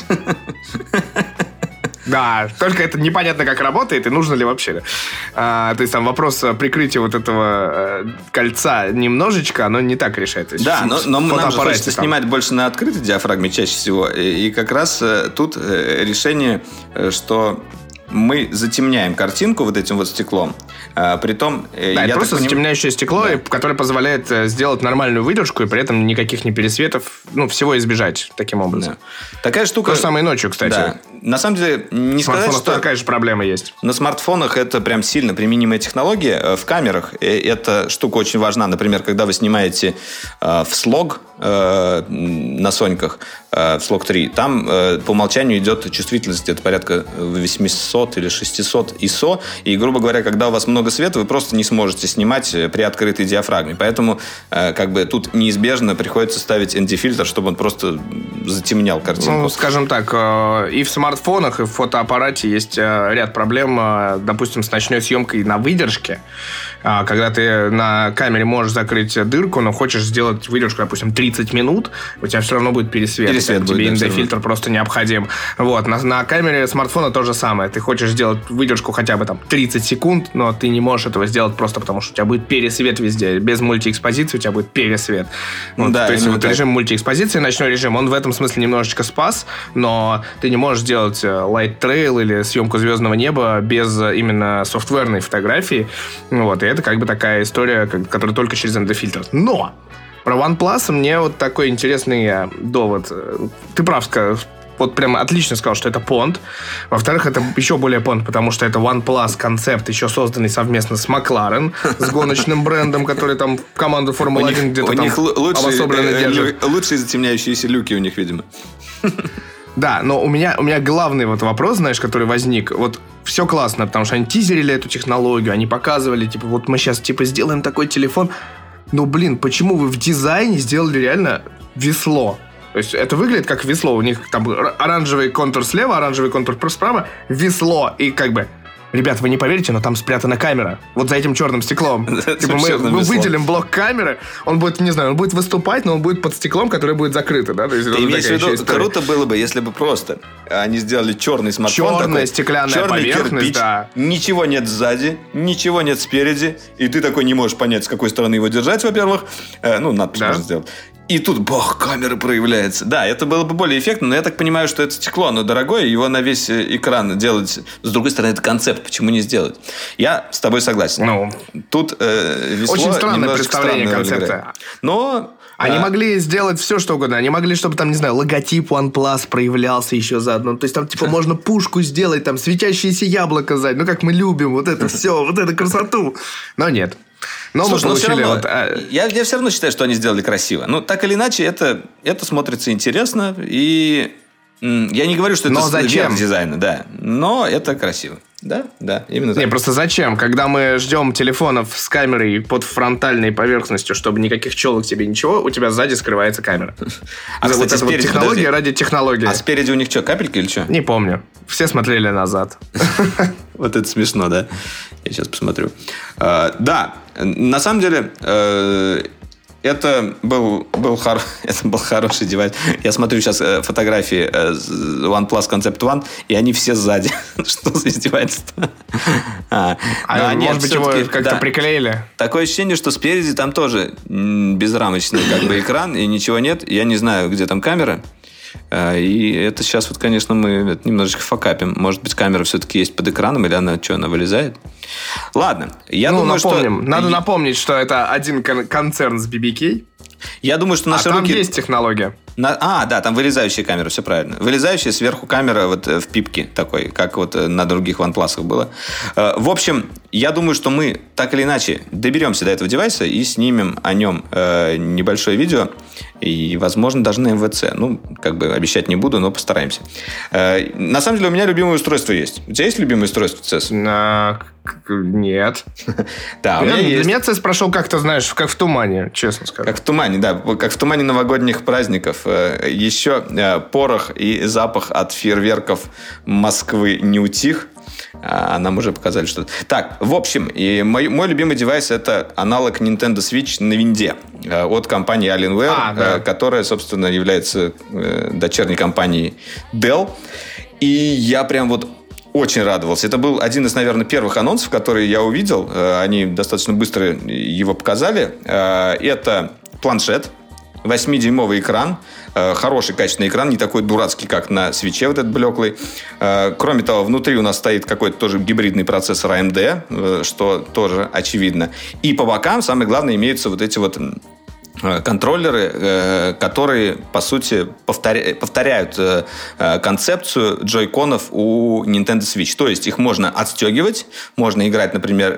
Да, только это непонятно, как работает и нужно ли вообще. А, то есть там вопрос прикрытия вот этого э, кольца немножечко, оно не так решает. Есть, да, но, но нам же хочется там снимать больше на открытой диафрагме чаще всего. И, и как раз э, тут э, решение, э, что мы затемняем картинку вот этим вот стеклом. А, притом, да, я это просто поним... затемняющее стекло, да, которое позволяет сделать нормальную выдержку и при этом никаких не пересветов, ну, всего избежать таким образом. Да. Такая штука... То же самое и ночью, кстати. Да. На самом деле, не сказать, что... такая же проблема есть. На смартфонах это прям сильно применимая технология. В камерах эта штука очень важна. Например, когда вы снимаете э, в слог э, на Соньках, э, в слог три, там э, по умолчанию идет чувствительность где-то порядка восемьсот или шестьсот ай эс о. И, грубо говоря, когда у вас много света, вы просто не сможете снимать при открытой диафрагме. Поэтому э, как бы тут неизбежно приходится ставить эн ди-фильтр, чтобы он просто затемнял картинку. Ну, скажем так, и в смартфонах, и в фотоаппарате есть ряд проблем, допустим, с ночной съемкой на выдержке. Когда ты на камере можешь закрыть дырку, но хочешь сделать выдержку, допустим, тридцать минут, у тебя все равно будет пересвет. Пересвет будет, тебе да, эн ди-фильтр просто необходим. Вот. На, на камере смартфона то же самое. Ты хочешь сделать выдержку хотя бы там тридцать секунд, но ты не можешь этого сделать просто потому, что у тебя будет пересвет везде. Без мультиэкспозиции у тебя будет пересвет. Вот, да, то есть вот так. режим мультиэкспозиции, ночной режим, он в этом смысле немножечко спас, но ты не можешь делать Light Trail или съемку звездного неба без именно софтверной фотографии. Вот. И это как бы такая история, которая только через эн ди-фильтр. Но! Про OnePlus мне вот такой интересный довод. Ты прав, вот прям отлично сказал, что это понт. Во-вторых, это еще более понт, потому что это OnePlus концепт, еще созданный совместно с McLaren, с гоночным брендом, который там команду Формулы один где-то там обособленно держит. Лучшие затемняющиеся люки у них, видимо. Да, но у меня, у меня главный вот вопрос, знаешь, который возник. Вот все классно, потому что они тизерили эту технологию, они показывали, типа, вот мы сейчас, типа, сделаем такой телефон. Но, блин, почему вы в дизайне сделали реально весло? То есть это выглядит как весло. У них там оранжевый контур слева, оранжевый контур справа, весло. И как бы... Ребят, вы не поверите, но там спрятана камера. Вот за этим черным стеклом. Типа мы, мы выделим блок камеры, он будет, не знаю, он будет выступать, но он будет под стеклом, которое будет закрыто. Да? То есть, ты имеешь в виду, круто было бы, если бы просто они сделали черный смартфон. Черная такой, стеклянная черный поверхность, кирпич, да. Ничего нет сзади, ничего нет спереди, и ты такой не можешь понять, с какой стороны его держать, во-первых. Э, ну, надпись да. можно сделать. И тут, бог, камера проявляется. Да, это было бы более эффектно, но я так понимаю, что это стекло, оно дорогое, его на весь экран делать. С другой стороны, это концепт, почему не сделать? Я с тобой согласен. Ну, тут э, весло очень странное представление концепта. Но... Они а... могли сделать все, что угодно. Они могли, чтобы там, не знаю, логотип OnePlus проявлялся еще заодно. То есть там, типа, можно пушку сделать, там, светящееся яблоко сзади. Ну, как мы любим, вот это все, вот эту красоту. Но нет. Но Слушай, мы получили но все равно, вот, а... я, я все равно считаю, что они сделали красиво. Ну, так или иначе, это, это смотрится интересно. И м, я не говорю, что это верх дизайна, да. Но это красиво. Да, да, именно так. Не, просто зачем? Когда мы ждем телефонов с камерой под фронтальной поверхностью, чтобы никаких челок тебе ничего, у тебя сзади скрывается камера. А, вот кстати, это вот технология ради технологии. А спереди у них что, капельки или что? Не помню. Все смотрели назад. Вот это смешно, да? Я сейчас посмотрю. Да, на самом деле... Это был, был, хор... это был хороший девайс. Я смотрю сейчас фотографии OnePlus Concept One, и они все сзади. Что за издевательство? А, а они, может быть, его как-то да, приклеили? Такое ощущение, что спереди там тоже безрамочный как бы экран, и ничего нет. Я не знаю, где там камера. И это сейчас вот, конечно, мы немножечко факапим. Может быть, камера все-таки есть под экраном, или она что, она вылезает? Ладно. Я ну, думаю, напомним. что... Надо напомнить, что это один кон- концерн с би би кей. Я думаю, что наши а там руки... есть технология. На... А, да, там вылезающая камера, все правильно. Вылезающая сверху камера вот в пипке такой, как вот на других OnePlus'ах было. В общем, я думаю, что мы так или иначе доберемся до этого девайса и снимем о нем небольшое видео. И, возможно, даже на эм вэ цэ. Ну, как бы обещать не буду, но постараемся. На самом деле, у меня любимое устройство есть. У тебя есть любимое устройство си и эс? На... Нет. Да, у меня есть. Для меня си и эс прошел как-то, знаешь, как в тумане, честно скажу. Как в тумане, да. Как в тумане новогодних праздников. Еще порох и запах от фейерверков Москвы не утих. А нам уже показали что-то. Так, в общем, и мой, мой любимый девайс — это аналог Nintendo Switch на винде от компании Alienware, а, да. которая, собственно, является дочерней компанией Dell. И я прям вот очень радовался. Это был один из, наверное, первых анонсов, которые я увидел. Они достаточно быстро его показали. Это планшет, восьмидюймовый экран, хороший качественный экран, не такой дурацкий, как на свитче вот этот блеклый. Кроме того, внутри у нас стоит какой-то тоже гибридный процессор эй эм ди, что тоже очевидно. И по бокам, самое главное, имеются вот эти вот контроллеры, которые, по сути, повторя... повторяют концепцию джойконов у Nintendo Switch. То есть их можно отстегивать, можно играть, например,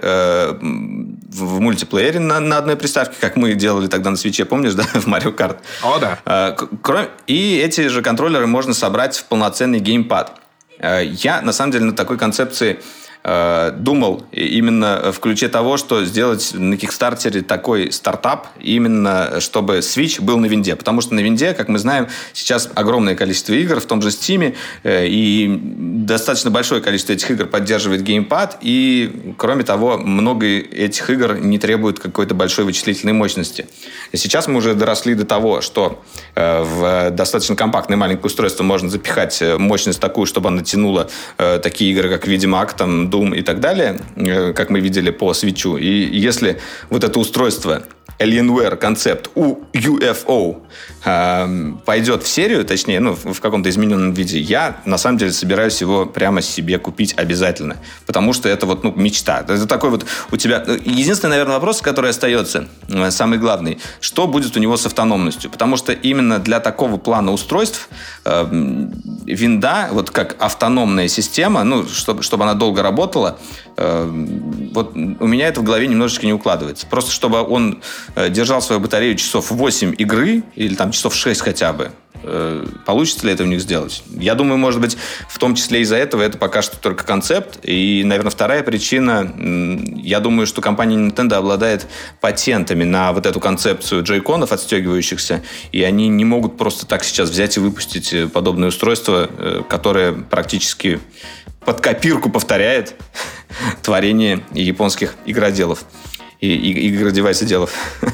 в мультиплеере на, на одной приставке, как мы делали тогда на свитче, помнишь, да, в Mario Kart? О, да. Кроме... И эти же контроллеры можно собрать в полноценный геймпад. Я, на самом деле, на такой концепции э, думал именно в ключе того, что сделать на Kickstarter такой стартап, именно чтобы Switch был на винде. Потому что на винде, как мы знаем, сейчас огромное количество игр, в том же Steam, э, и достаточно большое количество этих игр поддерживает геймпад, и, кроме того, много этих игр не требуют какой-то большой вычислительной мощности. И сейчас мы уже доросли до того, что э, в достаточно компактное маленькое устройство можно запихать мощность такую, чтобы она тянула э, такие игры, как Ведьмак, там, Doom и так далее, э, как мы видели по Switch'у. И если вот это устройство Alienware концепт ю эф о э, пойдет в серию, точнее, ну, в, в каком-то измененном виде, я, на самом деле, собираюсь его прямо себе купить обязательно. Потому что это вот, ну, мечта. Это такой вот у тебя... Единственный, наверное, вопрос, который остается, э, самый главный, что будет у него с автономностью? Потому что именно для такого плана устройств э, винда, вот как автономная система, ну, чтобы, чтобы она долго работала, э, вот у меня это в голове немножечко не укладывается. Просто чтобы он держал свою батарею часов восемь игры, или там часов шесть хотя бы, получится ли это у них сделать? Я думаю, может быть, в том числе из-за этого это пока что только концепт. И, наверное, вторая причина, я думаю, что компания Nintendo обладает патентами на вот эту концепцию джойконов отстегивающихся, и они не могут просто так сейчас взять и выпустить подобное устройство, которое практически под копирку повторяет творение японских игроделов. И, и игродевайсоделов.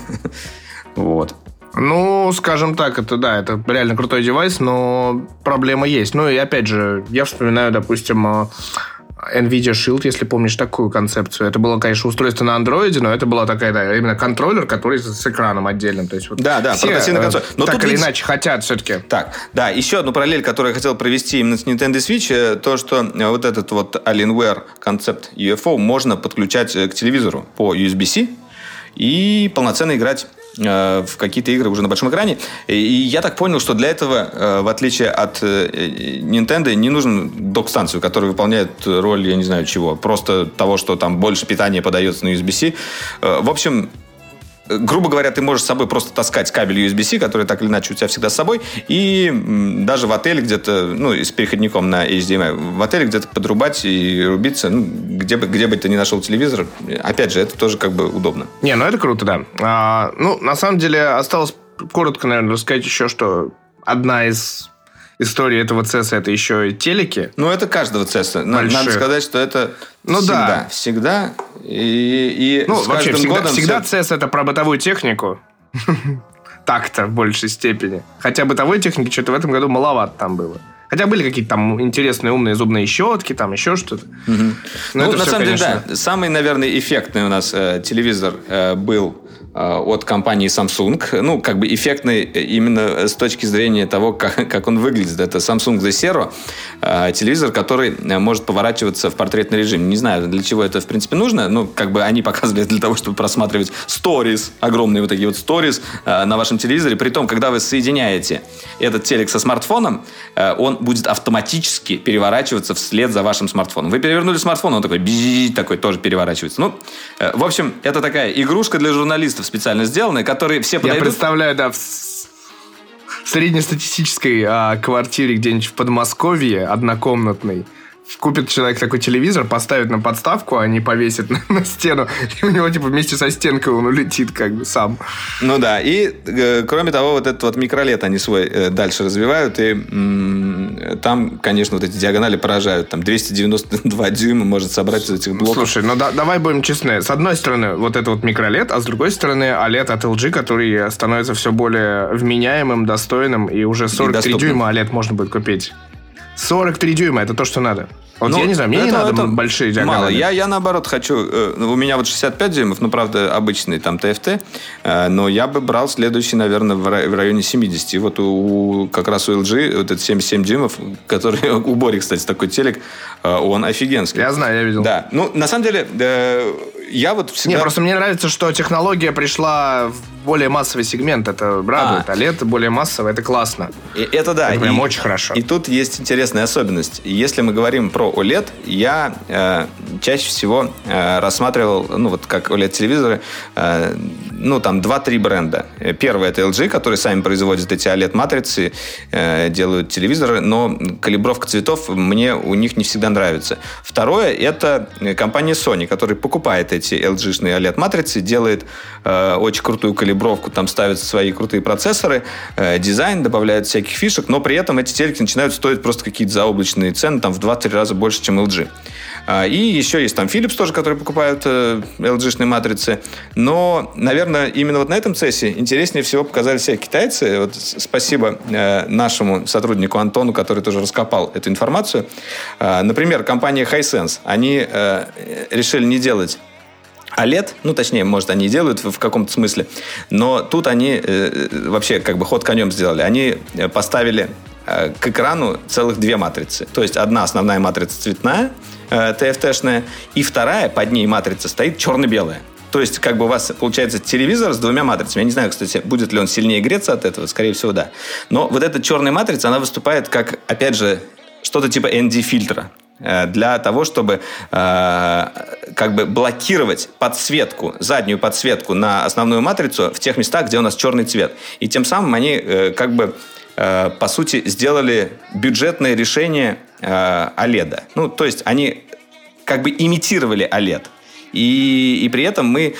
Вот. Ну, скажем так, это да, это реально крутой девайс, но проблема есть. Ну и опять же, я вспоминаю, допустим, NVIDIA Shield, если помнишь такую концепцию. Это было, конечно, устройство на андроиде, но это была такая, да, именно контроллер, который с экраном отдельным. То есть вот да, да, портативная консоль. Но так или ведь... иначе хотят все-таки. Так, да, еще одну параллель, которую я хотел провести именно с Nintendo Switch, то, что вот этот вот Alienware концепт ю эф о можно подключать к телевизору по ю эс би-C и полноценно играть в какие-то игры уже на большом экране. И я так понял, что для этого, в отличие от Nintendo, не нужен док-станцию, которая выполняет роль, я не знаю чего, просто того, что там больше питания подается на ю эс би-C. В общем, грубо говоря, ты можешь с собой просто таскать кабель ю эс би-C, который так или иначе у тебя всегда с собой, и даже в отеле где-то, ну, с переходником на эйч ди эм ай, в отеле где-то подрубать и рубиться, ну, где бы, где бы ты ни нашел телевизор. Опять же, это тоже как бы удобно. Не, ну это круто, да. А, ну, на самом деле, осталось коротко, наверное, рассказать еще, что одна из историй этого цеса — это еще и телеки. Ну, это каждого цеса. Больших. Надо сказать, что это ну, всегда, да. всегда. И, и ну, с вообще, каждым всегда, годом... всегда все... цес — это про бытовую технику. Так-то в большей степени. Хотя бытовой техники что-то в этом году маловато там было. Хотя были какие-то там интересные умные зубные щетки, там еще что-то. Угу. Ну, на все, самом конечно... деле, да. Самый, наверное, эффектный у нас э, телевизор э, был э, от компании Samsung. Ну, как бы эффектный именно с точки зрения того, как, как он выглядит. Это Samsung The Zero. Э, телевизор, который может поворачиваться в портретный режим. Не знаю, для чего это, в принципе, нужно. Ну, как бы они показывали для того, чтобы просматривать stories, огромные вот такие вот stories э, на вашем телевизоре. Притом, когда вы соединяете этот телек со смартфоном, э, он будет автоматически переворачиваться вслед за вашим смартфоном. Вы перевернули смартфон, он такой, такой тоже переворачивается. Ну, э, в общем, это такая игрушка для журналистов специально сделанная, которые все подойдут... Я представляю, да, в среднестатистической а, квартире где-нибудь в Подмосковье, однокомнатной, купит человек такой телевизор, поставит на подставку, а не повесит на, на стену, и у него типа вместе со стенкой он улетит как бы сам. Ну да, и э, кроме того, вот этот вот микролет они свой э, дальше развивают, и м- там, конечно, вот эти диагонали поражают. Там двести девяносто два дюйма может собрать из этих блоков. Слушай, ну да, давай будем честны. С одной стороны, вот это вот микролет, а с другой стороны, о лед от эл джи, который становится все более вменяемым, достойным, и уже сорок три дюйма о лед можно будет купить. сорок три дюйма, это то, что надо. Вот ну, я не знаю, мне это, не надо это большие диагонали. Мало. Я, я наоборот хочу... Э, у меня вот шестьдесят пять дюймов, ну, правда, обычный там ти эф ти, э, но я бы брал следующий, наверное, в, в районе семьдесят. И вот у, как раз у эл джи вот этот семьдесят семь дюймов, который... У Бори, кстати, такой телек, э, он офигенский. Я знаю, я видел. Да. Ну, на самом деле, э, я вот всегда... Не, просто мне нравится, что технология пришла в более массовый сегмент. Это радует. А лед более массовый, это классно. И, это да. Это прям и, очень хорошо. И тут есть интересная особенность. Если мы говорим про о лед, я э, чаще всего э, рассматривал, ну вот как о лед-телевизоры, э, ну, там, два-три бренда. Первый — это эл джи, которые сами производят эти о лед-матрицы, э, делают телевизоры, но калибровка цветов мне у них не всегда нравится. Второе — это компания Sony, которая покупает эти эл джи-шные о лед-матрицы, делает э, очень крутую калибровку, там ставят свои крутые процессоры, э, дизайн, добавляют всяких фишек, но при этом эти телеки начинают стоить просто какие-то заоблачные цены, там, в два-три раза больше, чем эл джи. И еще есть там Philips тоже, которые покупают эл джи-шные матрицы. Но, наверное, именно вот на этом цессе интереснее всего показали себя китайцы. Вот спасибо нашему сотруднику Антону, который тоже раскопал эту информацию. Например, компания Hisense. Они решили не делать о лед, ну, точнее, может, они и делают в каком-то смысле, но тут они э, вообще как бы ход конем сделали. Они поставили э, к экрану целых две матрицы. То есть одна основная матрица цветная, э, ти эф ти-шная, и вторая, под ней матрица, стоит черно-белая. То есть, как бы у вас получается телевизор с двумя матрицами. Я не знаю, кстати, будет ли он сильнее греться от этого. Скорее всего, да. Но вот эта черная матрица, она выступает как, опять же, что-то типа эн ди-фильтра. Для того, чтобы э, как бы блокировать подсветку, заднюю подсветку на основную матрицу в тех местах, где у нас черный цвет. И тем самым они э, как бы э, по сути сделали бюджетное решение э, о лед. Ну, то есть они как бы имитировали о лед. И, и при этом мы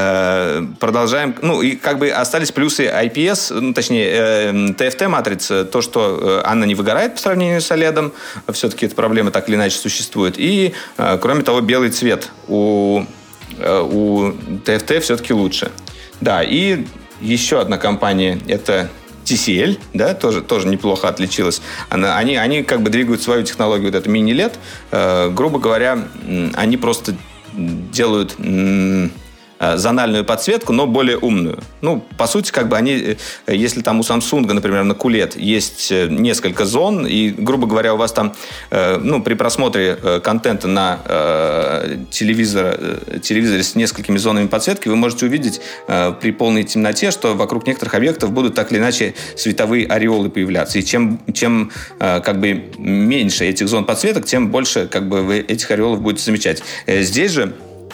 э, продолжаем... Ну, и как бы остались плюсы ай пи эс, ну, точнее, э, ти эф ти-матрицы, то, что э, она не выгорает по сравнению с о ледом. Все-таки эта проблема так или иначе существует. И, э, кроме того, белый цвет у, э, у ти эф ти все-таки лучше. Да, и еще одна компания, это ти си эл, да, тоже, тоже неплохо отличилась. Она, они, они как бы двигают свою технологию, вот это мини-лед. Э, грубо говоря, они просто делают м- зональную подсветку, но более умную. Ну, по сути, как бы они, если там у Samsung, например, на кулет есть несколько зон, и, грубо говоря, у вас там, э, ну, при просмотре э, контента на э, телевизор, э, телевизоре с несколькими зонами подсветки, вы можете увидеть э, при полной темноте, что вокруг некоторых объектов будут так или иначе световые ореолы появляться. И чем, чем э, как бы меньше этих зон подсветок, тем больше как бы вы этих ореолов будете замечать. Э, здесь же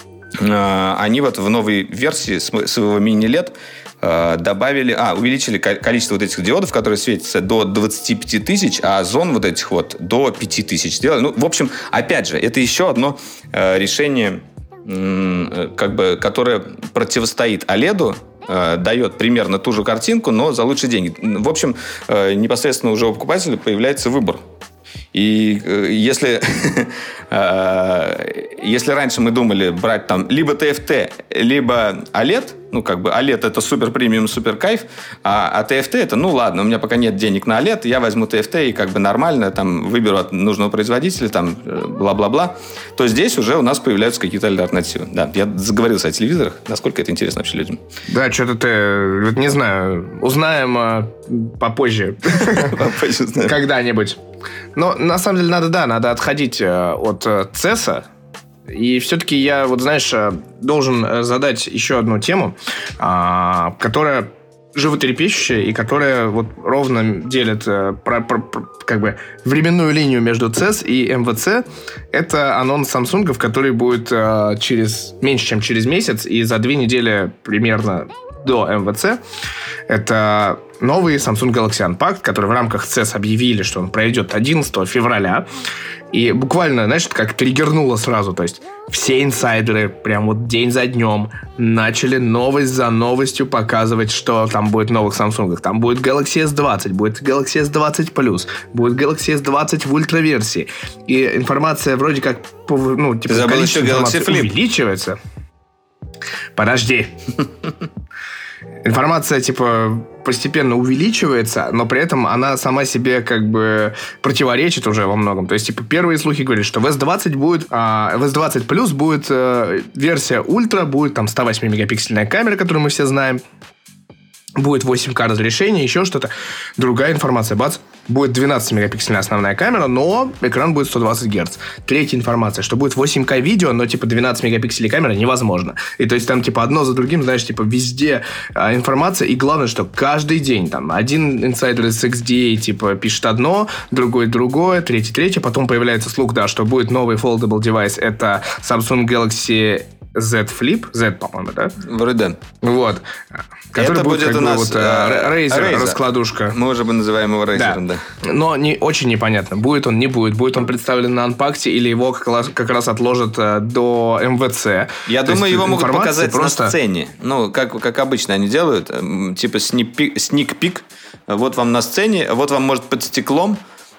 они вот в новой версии своего мини-лед добавили, а, увеличили количество вот этих диодов, которые светятся до двадцати пяти тысяч, а зон вот этих вот до пяти тысяч сделали. Ну, в общем, опять же, это еще одно решение, как бы, которое противостоит о леду, дает примерно ту же картинку, но за лучшие деньги. В общем, непосредственно уже у покупателя появляется выбор. И э, если, э, если раньше мы думали брать там либо ти эф ти, либо о лед, ну, как бы о лед это супер премиум, супер кайф, а, а ти эф ти это, ну, ладно, у меня пока нет денег на о лед, я возьму ти эф ти и как бы нормально там выберу от нужного производителя, там, бла-бла-бла, то здесь уже у нас появляются какие-то альтернативы. Да, я заговорился о телевизорах, насколько это интересно вообще людям. Да, что-то ты, вот не знаю, узнаем а, попозже. Попозже узнаем. Когда-нибудь. Но на самом деле надо, да, надо отходить от цеса. И все-таки я, вот знаешь, должен задать еще одну тему, которая животрепещущая и которая вот ровно делит про, про, про, как бы временную линию между цес и эм вэ цэ. Это анонс Samsung, который будет через меньше, чем через месяц, и за две недели примерно до эм вэ цэ. Это новый Samsung Galaxy Unpacked, который в рамках цес объявили, что он пройдет одиннадцатого февраля. И буквально, знаешь, это как триггернуло сразу. То есть все инсайдеры прям вот день за днем начали новость за новостью показывать, что там будет в новых Samsung. Там будет Galaxy эс двадцать, будет Galaxy эс двадцать плюс, будет Galaxy эс двадцать в ультраверсии. И информация вроде как, ну, типа, количество информации увеличивается. Подожди. Информация, типа, постепенно увеличивается, но при этом она сама себе как бы противоречит уже во многом. То есть, типа, первые слухи говорят, что в эс двадцать будет, а, в эс двадцать плюс будет а, версия ультра, будет там сто восемь мегапиксельная камера, которую мы все знаем, будет восемь ка разрешения, еще что-то. Другая информация, бац, будет двенадцатимегапиксельная основная камера, но экран будет сто двадцать герц. Третья информация, что будет восемь ка видео, но типа двенадцать мегапикселей камера невозможно. И то есть там типа одно за другим, знаешь, типа везде а, информация. И главное, что каждый день там один инсайдер из икс ди эй типа пишет одно, другой другое, третий третье. Потом появляется слух, да, что будет новый foldable девайс. Это Samsung Galaxy Z Flip, Z, по-моему, да? Вроде да. Вот. Который это будет, будет как у бы, нас вот, Razer, Razer, раскладушка. Мы уже бы называем его Razer, да. да. Но не, очень непонятно, будет он, не будет. Будет он представлен на Unpacked или его как раз, как раз отложат до эм вэ цэ. Я То думаю, его могут показать просто... на сцене. Ну, как, как обычно они делают. Типа сник-пик. Вот вам на сцене, вот вам, может, под стеклом.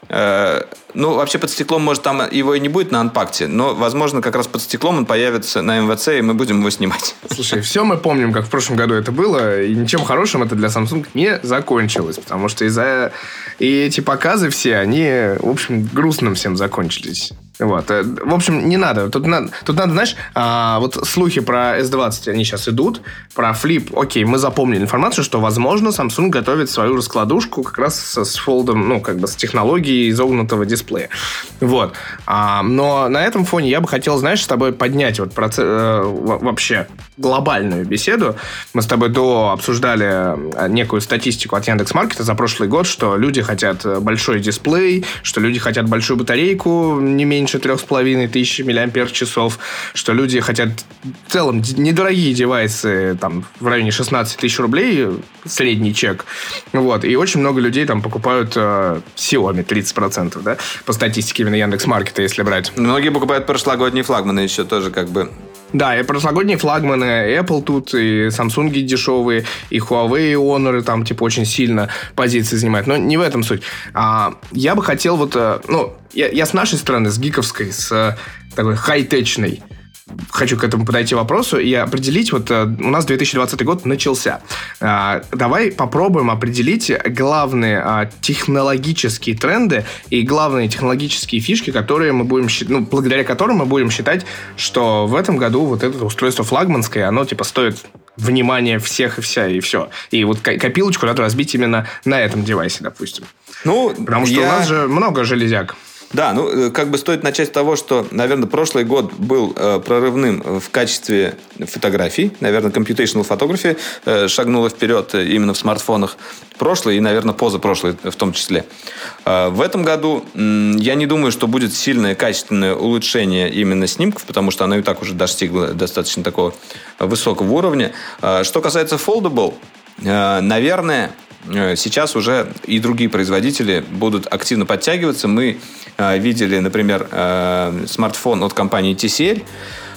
Ну, вообще под стеклом, может, там его и не будет на анпакте, но, возможно, как раз под стеклом он появится на эм вэ цэ, и мы будем его снимать. Слушай, все мы помним, как в прошлом году это было, и ничем хорошим это для Samsung не закончилось, потому что из-за... И эти показы все, они, в общем, грустным всем закончились. Вот. В общем, не надо. Тут надо, тут надо знаешь, а, вот слухи про эс двадцать, они сейчас идут. Про Flip, окей, мы запомнили информацию, что, возможно, Samsung готовит свою раскладушку как раз с, с фолдом, ну, как бы с технологией изогнутого дисплея. Вот. А, но на этом фоне я бы хотел, знаешь, с тобой поднять вот процесс, э, вообще глобальную беседу. Мы с тобой до обсуждали некую статистику от Яндекс.Маркета за прошлый год, что люди хотят большой дисплей, что люди хотят большую батарейку, не меньше трех с половиной тысяч миллиампер-часов, что люди хотят в целом недорогие девайсы там, в районе шестнадцать тысяч рублей, средний чек. Вот. И очень много людей там покупают э, Xiaomi тридцать процентов, да, по статистике именно Яндекс.Маркета, если брать. Многие покупают прошлогодние флагманы еще тоже как бы. Да, и прошлогодние флагманы, Apple тут, и Samsung дешевые, и Huawei, и Honor там, типа, очень сильно позиции занимают. Но не в этом суть. А, я бы хотел вот, ну, я, я с нашей стороны, с гиковской, с такой хай-течной, хочу к этому подойти вопросу и определить, вот у нас две тысячи двадцатый год начался. А, давай попробуем определить главные а, технологические тренды и главные технологические фишки, которые мы будем, ну, благодаря которым мы будем считать, что в этом году вот это устройство флагманское, оно типа стоит внимания всех и вся, и все. И вот копилочку надо разбить именно на этом девайсе, допустим. Ну, потому что я... у нас же много железяк. Да, ну, как бы стоит начать с того, что, наверное, прошлый год был э, прорывным в качестве фотографий. Наверное, computational photography э, шагнула вперед именно в смартфонах. Прошлый и, наверное, позапрошлый в том числе. Э, в этом году э, я не думаю, что будет сильное качественное улучшение именно снимков, потому что оно и так уже достигло достаточно такого высокого уровня. Э, что касается foldable, э, наверное... Сейчас уже и другие производители будут активно подтягиваться. Мы э, видели, например, э, смартфон от компании ти си эль.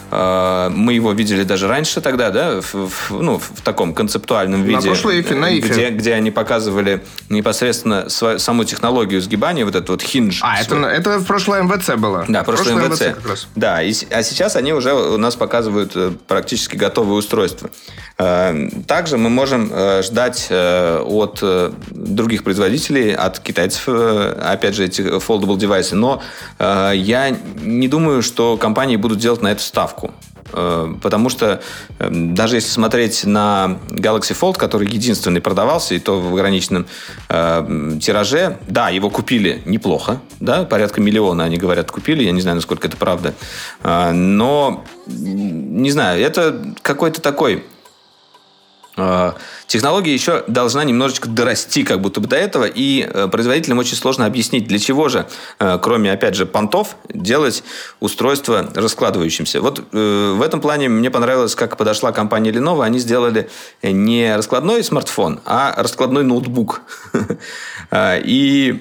Э, мы его видели даже раньше тогда, да, в, в, ну, в таком концептуальном виде. На прошлой ИФе, на ИФе. Где, где они показывали непосредственно свою, саму технологию сгибания, вот этот вот хинж. А, это, это в прошлой эм вэ цэ было. Да, прошлое эм вэ цэ. Как раз. Да, и, а сейчас они уже у нас показывают практически готовые устройства. Также мы можем ждать от других производителей, от китайцев, опять же, эти foldable девайсы. Но я не думаю, что компании будут делать на это ставку. Потому что даже если смотреть на Galaxy Fold, который единственный продавался, и то в ограниченном э, тираже, да, его купили неплохо, да, порядка миллиона, они говорят, купили, я не знаю, насколько это правда, э, но, не знаю, это какой-то такой... Технология еще должна немножечко дорасти как будто бы до этого, и производителям очень сложно объяснить, для чего же, кроме, опять же, понтов, делать устройство раскладывающимся. Вот в этом плане мне понравилось, как подошла компания Lenovo. Они сделали не раскладной смартфон, а раскладной ноутбук. И...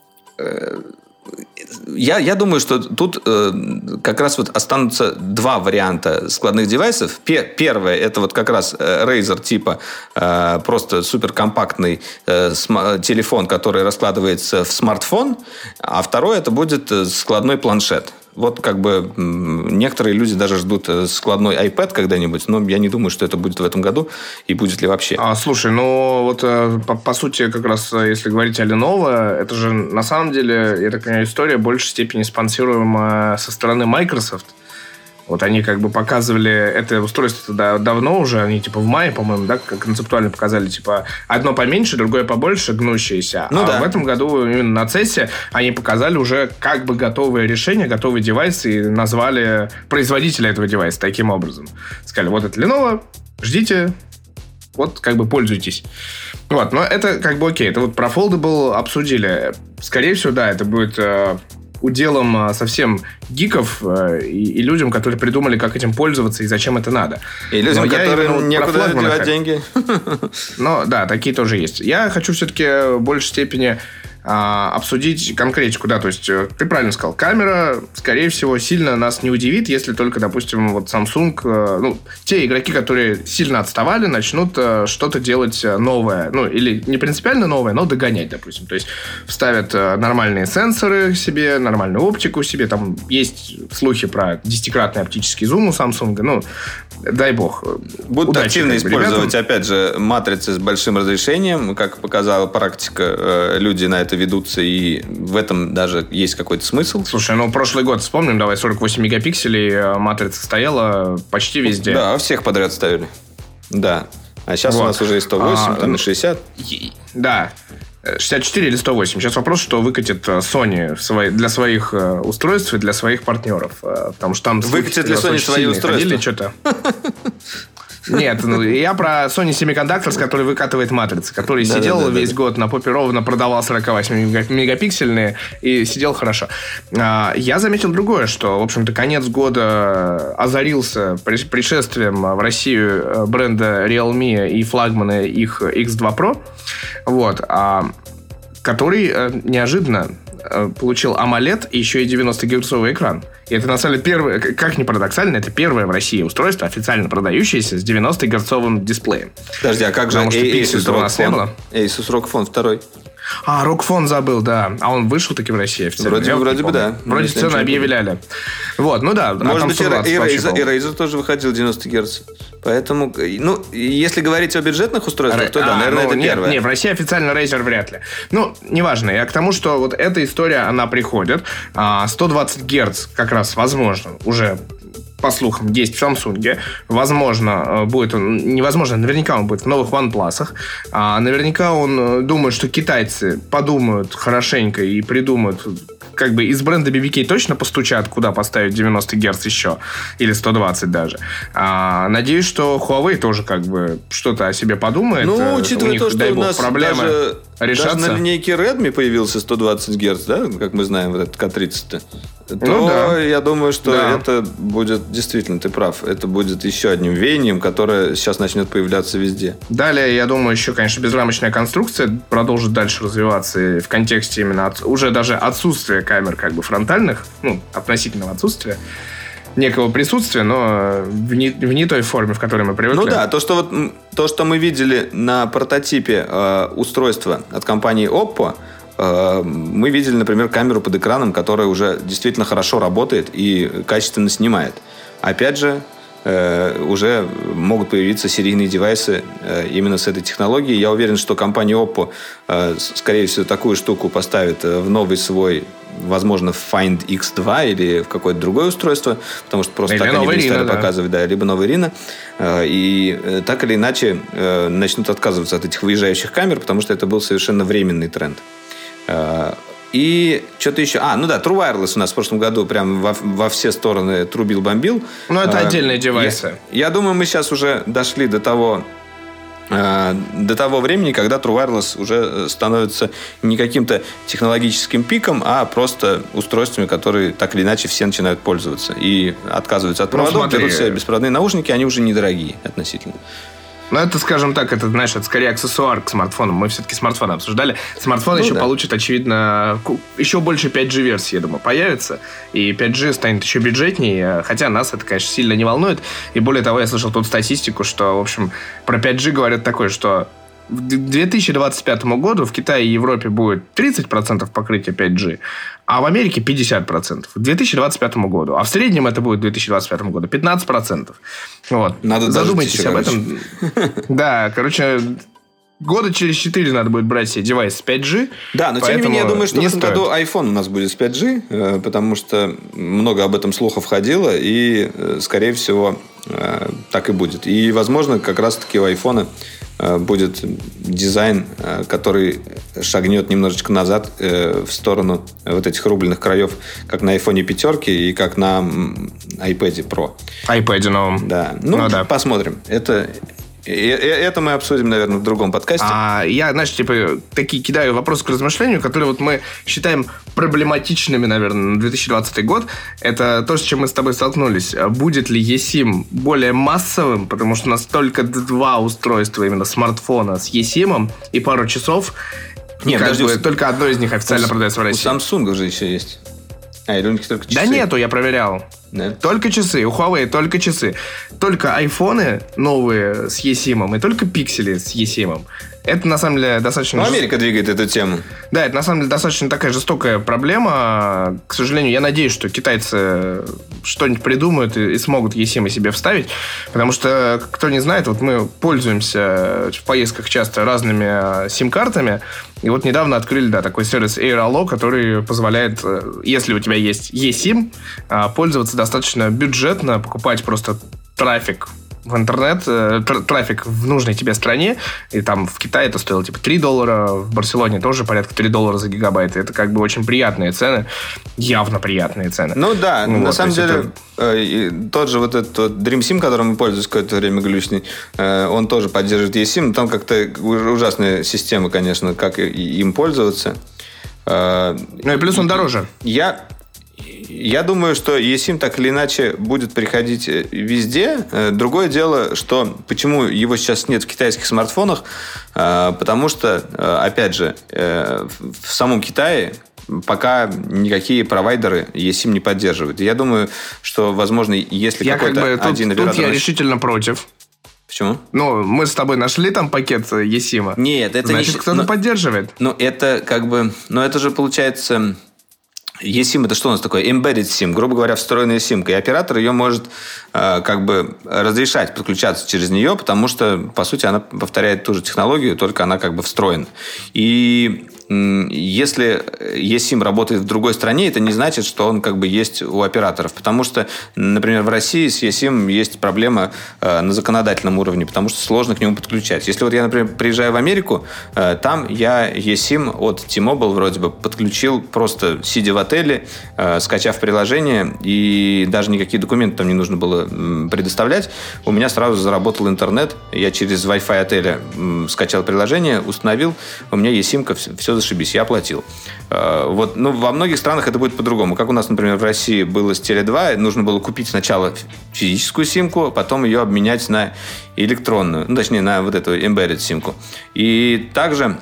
Я, я думаю, что тут э, как раз вот останутся два варианта складных девайсов. Первое, это вот как раз Razer типа э, просто суперкомпактный э, см- телефон, который раскладывается в смартфон. А второе, это будет складной планшет. Вот как бы некоторые люди даже ждут складной iPad когда-нибудь, но я не думаю, что это будет в этом году и будет ли вообще. А, слушай, ну вот по, по сути, как раз если говорить о Lenovo, это же на самом деле, я так понимаю, история в большей степени спонсируема со стороны Microsoft. Вот они как бы показывали это устройство да, давно уже, они типа в мае, по-моему, да, концептуально показали, типа одно поменьше, другое побольше, гнущееся. Ну, а да. В этом году именно на цессе они показали уже как бы готовое решение, готовый девайс и назвали производителя этого девайса таким образом. Сказали, вот это Lenovo, ждите, вот как бы пользуйтесь. Вот, но это как бы окей, это вот про Foldable обсудили. Скорее всего, да, это будет... уделом совсем гиков и, и людям, которые придумали, как этим пользоваться и зачем это надо. И людям, которым некуда девать деньги. Ну, да, такие тоже есть. Я хочу все-таки в большей степени а, обсудить конкретику, да, то есть ты правильно сказал, камера, скорее всего, сильно нас не удивит, если только, допустим, вот Samsung, ну, те игроки, которые сильно отставали, начнут что-то делать новое, ну, или не принципиально новое, но догонять, допустим, то есть вставят нормальные сенсоры себе, нормальную оптику себе, там есть слухи про десятикратный оптический зум у Samsung, ну, дай бог. Будут удачи, активно использовать, ребятам. Опять же, матрицы с большим разрешением, как показала практика, люди на это ведутся, и в этом даже есть какой-то смысл. Слушай, ну прошлый год вспомним, давай, сорок восемь мегапикселей, матрица стояла почти везде. Да, всех подряд ставили. Да. А сейчас вот. У нас уже и сто восемь, а, там и шестьдесят. Да. шестьдесят четыре или сто восемь. Сейчас вопрос, что выкатит Sony для своих устройств и для своих партнеров. Потому что там... Выкатит для Sony свои устройства? Ходили, что-то. Нет, ну, я про Sony Semiconductors, который выкатывает матрицы, который да, сидел да, да, весь да. год на попе ровно, продавал сорок восемь мегапиксельные и сидел хорошо. Я заметил другое, что, в общем-то, конец года озарился пришествием в Россию бренда Realme и флагмана их икс два Pro, вот, который неожиданно получил AMOLED и еще и девяносто-герцовый экран. И это, на самом деле, первое, как ни парадоксально, это первое в России устройство, официально продающееся с девяносто-герцовым дисплеем. Подожди, а как же Asus ROG Phone? Asus ROG Phone второй. А, ROG Phone забыл, да. А он вышел таки в России официально? Вроде, вроде бы, да. Вроде цены объявляли. Вот, ну да. Может быть, и Razer, и Razer тоже выходил девяносто герц. Поэтому, ну, если говорить о бюджетных устройствах, Р... то да, а, наверное, ну, это нет, первое. Нет, в России официально Razer вряд ли. Ну, неважно. Я к тому, что вот эта история, она приходит. сто двадцать герц как раз, возможно, уже... по слухам, есть в Samsung. Возможно, будет он... Невозможно, наверняка он будет в новых OnePlus. А наверняка он думает, что китайцы подумают хорошенько и придумают... Как бы из бренда би би кей точно постучат, куда поставить девяносто герц еще. Или сто двадцать даже. А, надеюсь, что Huawei тоже как бы что-то о себе подумает. Ну, учитывая них, то, что у нас проблемы даже, решатся. даже на линейке Redmi появился сто двадцать герц, да? Как мы знаем, вот этот кей тридцать. То ну, да. я думаю, что да. это будет, действительно, ты прав, это будет еще одним веянием, которое сейчас начнет появляться везде. Далее, я думаю, еще, конечно, безрамочная конструкция продолжит дальше развиваться и в контексте именно от, уже даже отсутствия камер как бы фронтальных, ну, относительного отсутствия некого присутствия, но в не, в не той форме, в которой мы привыкли. Ну да, то, что, вот, то, что мы видели на прототипе э, устройства от компании Oppo, мы видели, например, камеру под экраном, которая уже действительно хорошо работает и качественно снимает. Опять же, уже могут появиться серийные девайсы именно с этой технологией. Я уверен, что компания Oppo, скорее всего, такую штуку поставит в новый свой, возможно, в Find икс два или в какое-то другое устройство, потому что просто или так они перестали Reno, показывать, да. Да, либо новый Reno. И так или иначе начнут отказываться от этих выезжающих камер, потому что это был совершенно временный тренд. И что-то еще... А, ну да, True Wireless у нас в прошлом году прям во, во все стороны трубил-бомбил. Ну, это а, отдельные девайсы. Я, я думаю, мы сейчас уже дошли до того, а, до того времени, когда True Wireless уже становится не каким-то технологическим пиком, а просто устройствами, которые так или иначе все начинают пользоваться. И отказываются от проводов, ну, берут себе беспроводные наушники, они уже недорогие относительно. Ну, это, скажем так, это, знаешь, это скорее аксессуар к смартфонам. Мы все-таки смартфоны обсуждали. Смартфон ну, еще да. получит, очевидно, еще больше пять джи версии, я думаю, появится. И пять джи станет еще бюджетнее. Хотя нас это, конечно, сильно не волнует. И более того, я слышал тут статистику, что, в общем, про пять джи говорят такое, что к две тысячи двадцать пятому году в Китае и Европе будет тридцать процентов покрытия пять джи, а в Америке пятьдесят процентов. К две тысячи двадцать пятому году. А в среднем это будет к две тысячи двадцать пятому году пятнадцать процентов. Вот. Надо задумайтесь еще, об этом. Да, короче, года через четыре надо будет брать себе девайс с пять джи. Да, но тем не менее, я думаю, что в этом году iPhone у нас будет с пять джи, потому что много об этом слухов ходило, и, скорее всего, так и будет. И, возможно, как раз-таки у iPhone будет дизайн, который шагнет немножечко назад в сторону вот этих рубленых краев, как на iPhone пятерки и как на iPad Pro. iPad новом. Да. Ну, ну да. Посмотрим. Это И, и, это мы обсудим, наверное, в другом подкасте. А я, знаешь, типа, такие кидаю вопросы к размышлению, которые вот мы считаем проблематичными, наверное, на две тысячи двадцатый год. Это то, с чем мы с тобой столкнулись. Будет ли eSIM более массовым? Потому что у нас только два устройства именно смартфона с eSIM и пару часов. Нет, как бы, только одно из них официально у, продается в России. У Samsung же еще есть. А, или у них только часы? Да нету, я проверял. Да? Только часы. У Huawei только часы. Только айфоны новые с eSIM и только пиксели с eSIM. Это, на самом деле, достаточно... Ну, Америка двигает эту тему. Да, это, на самом деле, достаточно такая жестокая проблема. К сожалению, я надеюсь, что китайцы что-нибудь придумают и, и смогут eSIM себе вставить. Потому что, кто не знает, вот мы пользуемся в поездках часто разными сим-картами. И вот недавно открыли, да, такой сервис AirAllo, который позволяет, если у тебя есть eSIM, пользоваться достаточно бюджетно, покупать просто трафик в интернет, трафик в нужной тебе стране, и там в Китае это стоило типа три доллара, в Барселоне тоже порядка три доллара за гигабайт. Это как бы очень приятные цены, явно приятные цены. Ну да, ну, на вот, самом деле это... тот же вот этот вот DreamSIM, которым мы пользуемся какое-то время глючный, он тоже поддерживает eSIM, там как-то ужасная система, конечно, как им пользоваться. Ну и плюс он дороже. Я... Я думаю, что eSIM так или иначе будет приходить везде. Другое дело, что почему его сейчас нет в китайских смартфонах, потому что, опять же, в самом Китае пока никакие провайдеры eSIM не поддерживают. Я думаю, что, возможно, если я какой-то как бы, один тут, оператор... Тут я решительно против. Почему? Ну, мы с тобой нашли там пакет eSIM. Нет, это Значит, не... кто-то но... поддерживает. Ну, это как бы... Ну, это же получается... eSIM – это что у нас такое? Embedded SIM, грубо говоря, встроенная симка. И оператор ее может э, как бы разрешать подключаться через нее, потому что, по сути, она повторяет ту же технологию, только она как бы встроена. И э, если eSIM работает в другой стране, это не значит, что он как бы есть у операторов. Потому что, например, в России с eSIM есть проблема э, на законодательном уровне, потому что сложно к нему подключать. Если вот я, например, приезжаю в Америку, э, там я eSIM от T-Mobile вроде бы подключил просто сидя в отеле, э, скачав приложение, и даже никакие документы там не нужно было м, предоставлять. У меня сразу заработал интернет. Я через Wi-Fi отеля м, скачал приложение, установил. У меня eSIM-ка, все, все зашибись. Я оплатил. Э, вот, ну, во многих странах это будет по-другому. Как у нас, например, в России было с Теле два. Нужно было купить сначала физическую симку, потом ее обменять на электронную. Ну, точнее, на вот эту embedded симку. И также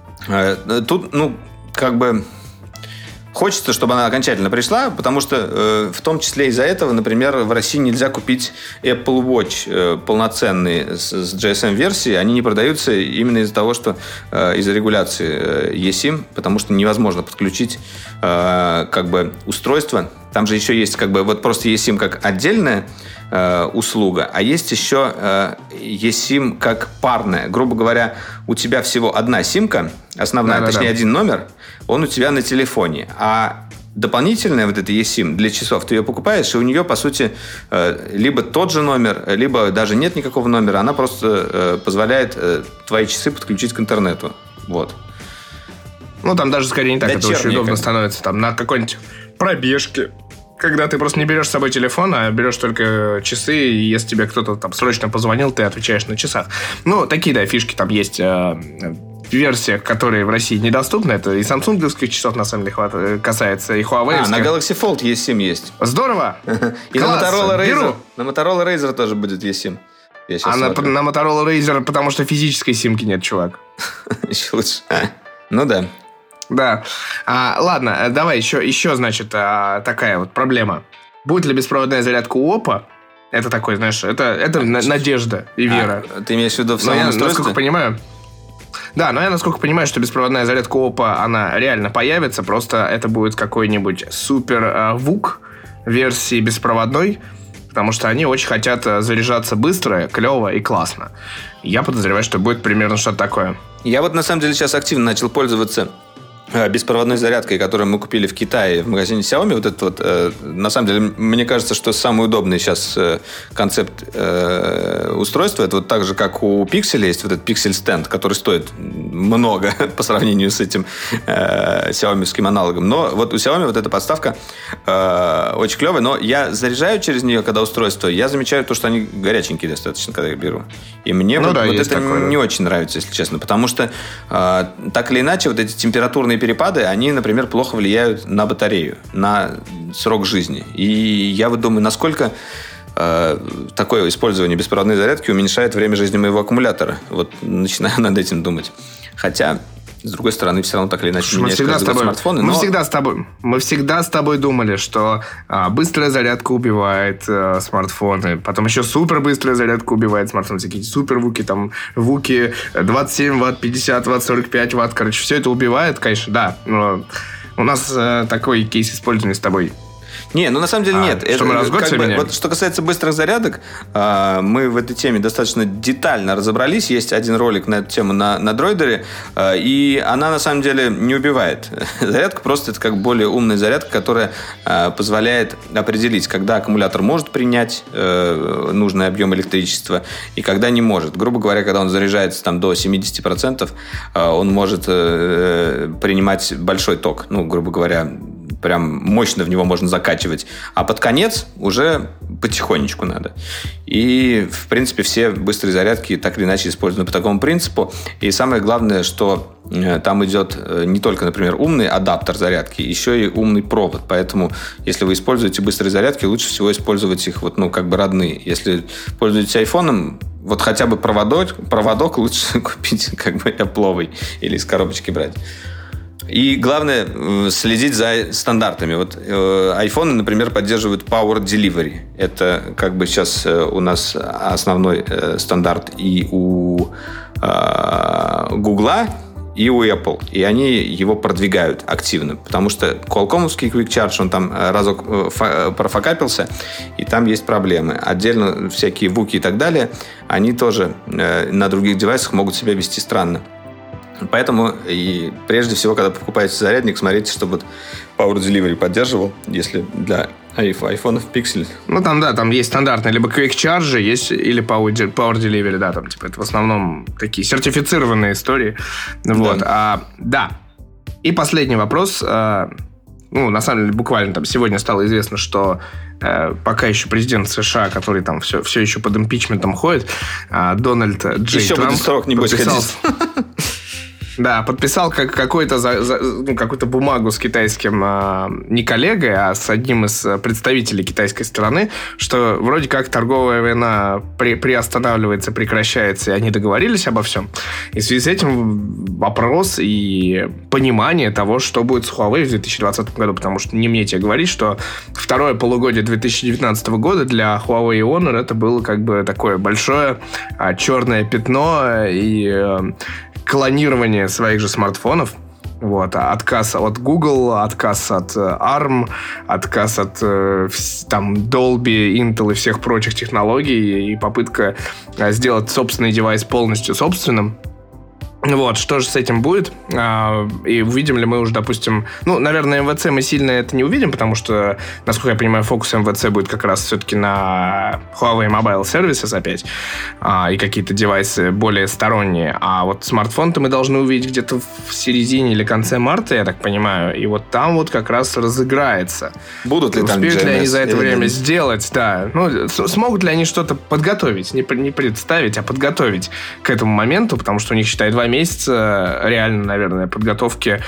э, тут, ну, как бы хочется, чтобы она окончательно пришла, потому что э, в том числе из-за этого, например, в России нельзя купить Apple Watch э, полноценные с, с джи эс эм-версией. Они не продаются именно из-за того, что э, из-за регуляции э, eSIM, потому что невозможно подключить э, как бы устройство. Там же еще есть как бы вот просто eSIM как отдельная э, услуга, а есть еще э, eSIM как парная. Грубо говоря, у тебя всего одна симка, основная, да, точнее, да, один номер, он у тебя на телефоне. А дополнительная вот эта eSIM для часов, ты ее покупаешь, и у нее, по сути, э, либо тот же номер, либо даже нет никакого номера. Она просто э, позволяет э, твои часы подключить к интернету. Вот. Ну, там даже скорее не так. Дочерняя, это очень удобно как... становится. Там на какой-нибудь пробежке. Когда ты просто не берешь с собой телефон, а берешь только часы, и если тебе кто-то там срочно позвонил, ты отвечаешь на часах. Ну, такие, да, фишки там есть. Э, версиях, которые в России недоступны. Это и самсунговских часов, на самом деле, касается, и Huawei. А, на Galaxy Fold eSIM есть. Здорово! И на Motorola Razr. На Motorola Razr тоже будет eSIM. А на, на Motorola Razr, потому что физической симки нет, чувак. Еще лучше. Ну да. Да. А, ладно, давай еще, еще, значит, а, такая вот проблема. Будет ли беспроводная зарядка у Oppo? Это такой, знаешь, это, это а, надежда и вера. А, ты имеешь в виду в самом я, устройстве? Насколько понимаю... Да, но я, насколько понимаю, что беспроводная зарядка Oppo, она реально появится, просто это будет какой-нибудь супер э, вук версии беспроводной, потому что они очень хотят заряжаться быстро, клево и классно. Я подозреваю, что будет примерно что-то такое. Я вот на самом деле сейчас активно начал пользоваться беспроводной зарядкой, которую мы купили в Китае в магазине Xiaomi, вот это вот, э, на самом деле, мне кажется, что самый удобный сейчас э, концепт э, устройства, это вот так же, как у Pixel есть вот этот Pixel Stand, который стоит много по сравнению с этим э, Xiaomi-ским аналогом. Но вот у Xiaomi вот эта подставка э, очень клевая, но я заряжаю через нее, когда устройство, я замечаю то, что они горяченькие достаточно, когда их беру. И мне ну, вот, да, вот это такое, не да. очень нравится, если честно, потому что э, так или иначе вот эти температурные перепады, они, например, плохо влияют на батарею, на срок жизни. И я вот думаю, насколько э, такое использование беспроводной зарядки уменьшает время жизни моего аккумулятора. Вот начинаю над этим думать. Хотя, с другой стороны, все равно так или иначе меняешь каждый год смартфоны. Мы, но... всегда с тобой, мы всегда с тобой думали, что а, быстрая зарядка убивает а, смартфоны. Потом еще супер быстрая зарядка убивает смартфоны. Всякие супер вуки, там, вуки двадцать семь ватт, пятьдесят ватт, сорок пять ватт. Короче, все это убивает, конечно, да. Но у нас а, такой кейс использования с тобой. Не, ну на самом деле нет. А, что, это, мы раз в год как бы, меняем? вот, что касается быстрых зарядок, э, мы в этой теме достаточно детально разобрались. Есть один ролик на эту тему на, на Дроидере, э, и она на самом деле не убивает. Зарядка просто это как более умная зарядка, которая э, позволяет определить, когда аккумулятор может принять э, нужный объем электричества и когда не может. Грубо говоря, когда он заряжается там, до семьдесят процентов, э, он может э, принимать большой ток. Ну, грубо говоря, прям мощно в него можно закачивать. А под конец уже потихонечку надо. И, в принципе, все быстрые зарядки так или иначе используют по такому принципу. И самое главное, что там идет не только, например, умный адаптер зарядки, еще и умный провод. Поэтому, если вы используете быстрые зарядки, лучше всего использовать их вот, ну, как бы родные. Если пользуетесь айфоном, вот хотя бы проводок, проводок лучше купить как бы Apple'овый или из коробочки брать. И главное следить за стандартами. Вот э, айфоны, например, поддерживают Power Delivery. Это как бы сейчас у нас основной э, стандарт и у э, Гугла, и у Apple. И они его продвигают активно. Потому что Qualcomm-овский Quick Charge, он там разок фа- профокапился, и там есть проблемы. Отдельно всякие вуки и так далее, они тоже э, на других девайсах могут себя вести странно. Поэтому и прежде всего, когда покупаете зарядник, смотрите, чтобы Power Delivery поддерживал, если для айфонов Pixel. Ну, там, да, там есть стандартные, либо Quick Charge есть, или Power, Power Delivery, да, там, типа, это в основном такие сертифицированные истории. Да. Вот, а, да. И последний вопрос. А, ну, на самом деле, буквально там сегодня стало известно, что а, пока еще президент США, который там все, все еще под импичментом ходит, а, Дональд Джей еще Трамп будет срок, небось, подписал... ходить. Да, подписал как, какой-то, за, за, ну, какую-то бумагу с китайским а, не коллегой, а с одним из представителей китайской стороны, что вроде как торговая война при, приостанавливается, прекращается, и они договорились обо всем. И в связи с этим вопрос и понимание того, что будет с Huawei в две тысячи двадцатом году, потому что не мне тебе говорить, что второе полугодие две тысячи девятнадцатого года для Huawei и Honor это было как бы такое большое а, черное пятно и а, клонирование своих же смартфонов. Вот. Отказ от Google, отказ от арм, отказ от там, Dolby, Intel и всех прочих технологий и попытка сделать собственный девайс полностью собственным. Вот, что же с этим будет? А, и увидим ли мы уже, допустим... Ну, наверное, эм вэ цэ мы сильно это не увидим, потому что, насколько я понимаю, фокус эм вэ цэ будет как раз все-таки на Huawei Mobile Services опять, а, и какие-то девайсы более сторонние. А вот смартфон-то мы должны увидеть где-то в середине или конце марта, я так понимаю, и вот там вот как раз разыграется. Будут ли там джи эм эс? Успеют ли они за это время нет? Сделать, да. Ну, смогут ли они что-то подготовить? Не, не представить, а подготовить к этому моменту, потому что у них, считай, два месяца реально, наверное, подготовки.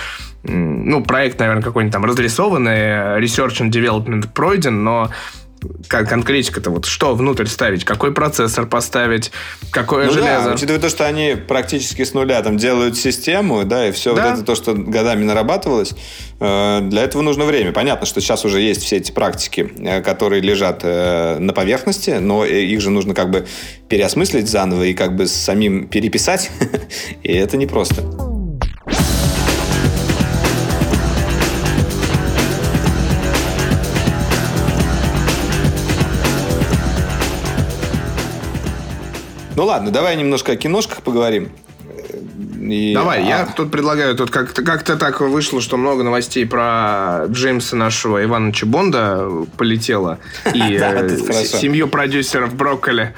Ну, проект, наверное, какой-нибудь там разрисованный, research and development пройден, но конкретика-то вот что внутрь ставить, какой процессор поставить, какое ну железо. Да, учитывая то, что они практически с нуля там делают систему, да, и все да. вот это то, что годами нарабатывалось, для этого нужно время. Понятно, что сейчас уже есть все эти практики, которые лежат на поверхности, но их же нужно как бы переосмыслить заново и как бы самим переписать, и это непросто. Ну ладно, давай немножко о киношках поговорим. И... Давай, а... я тут предлагаю, тут как-то, как-то так вышло, что много новостей про Джеймса нашего Ивановича Бонда полетело. И семью продюсеров Брокколи.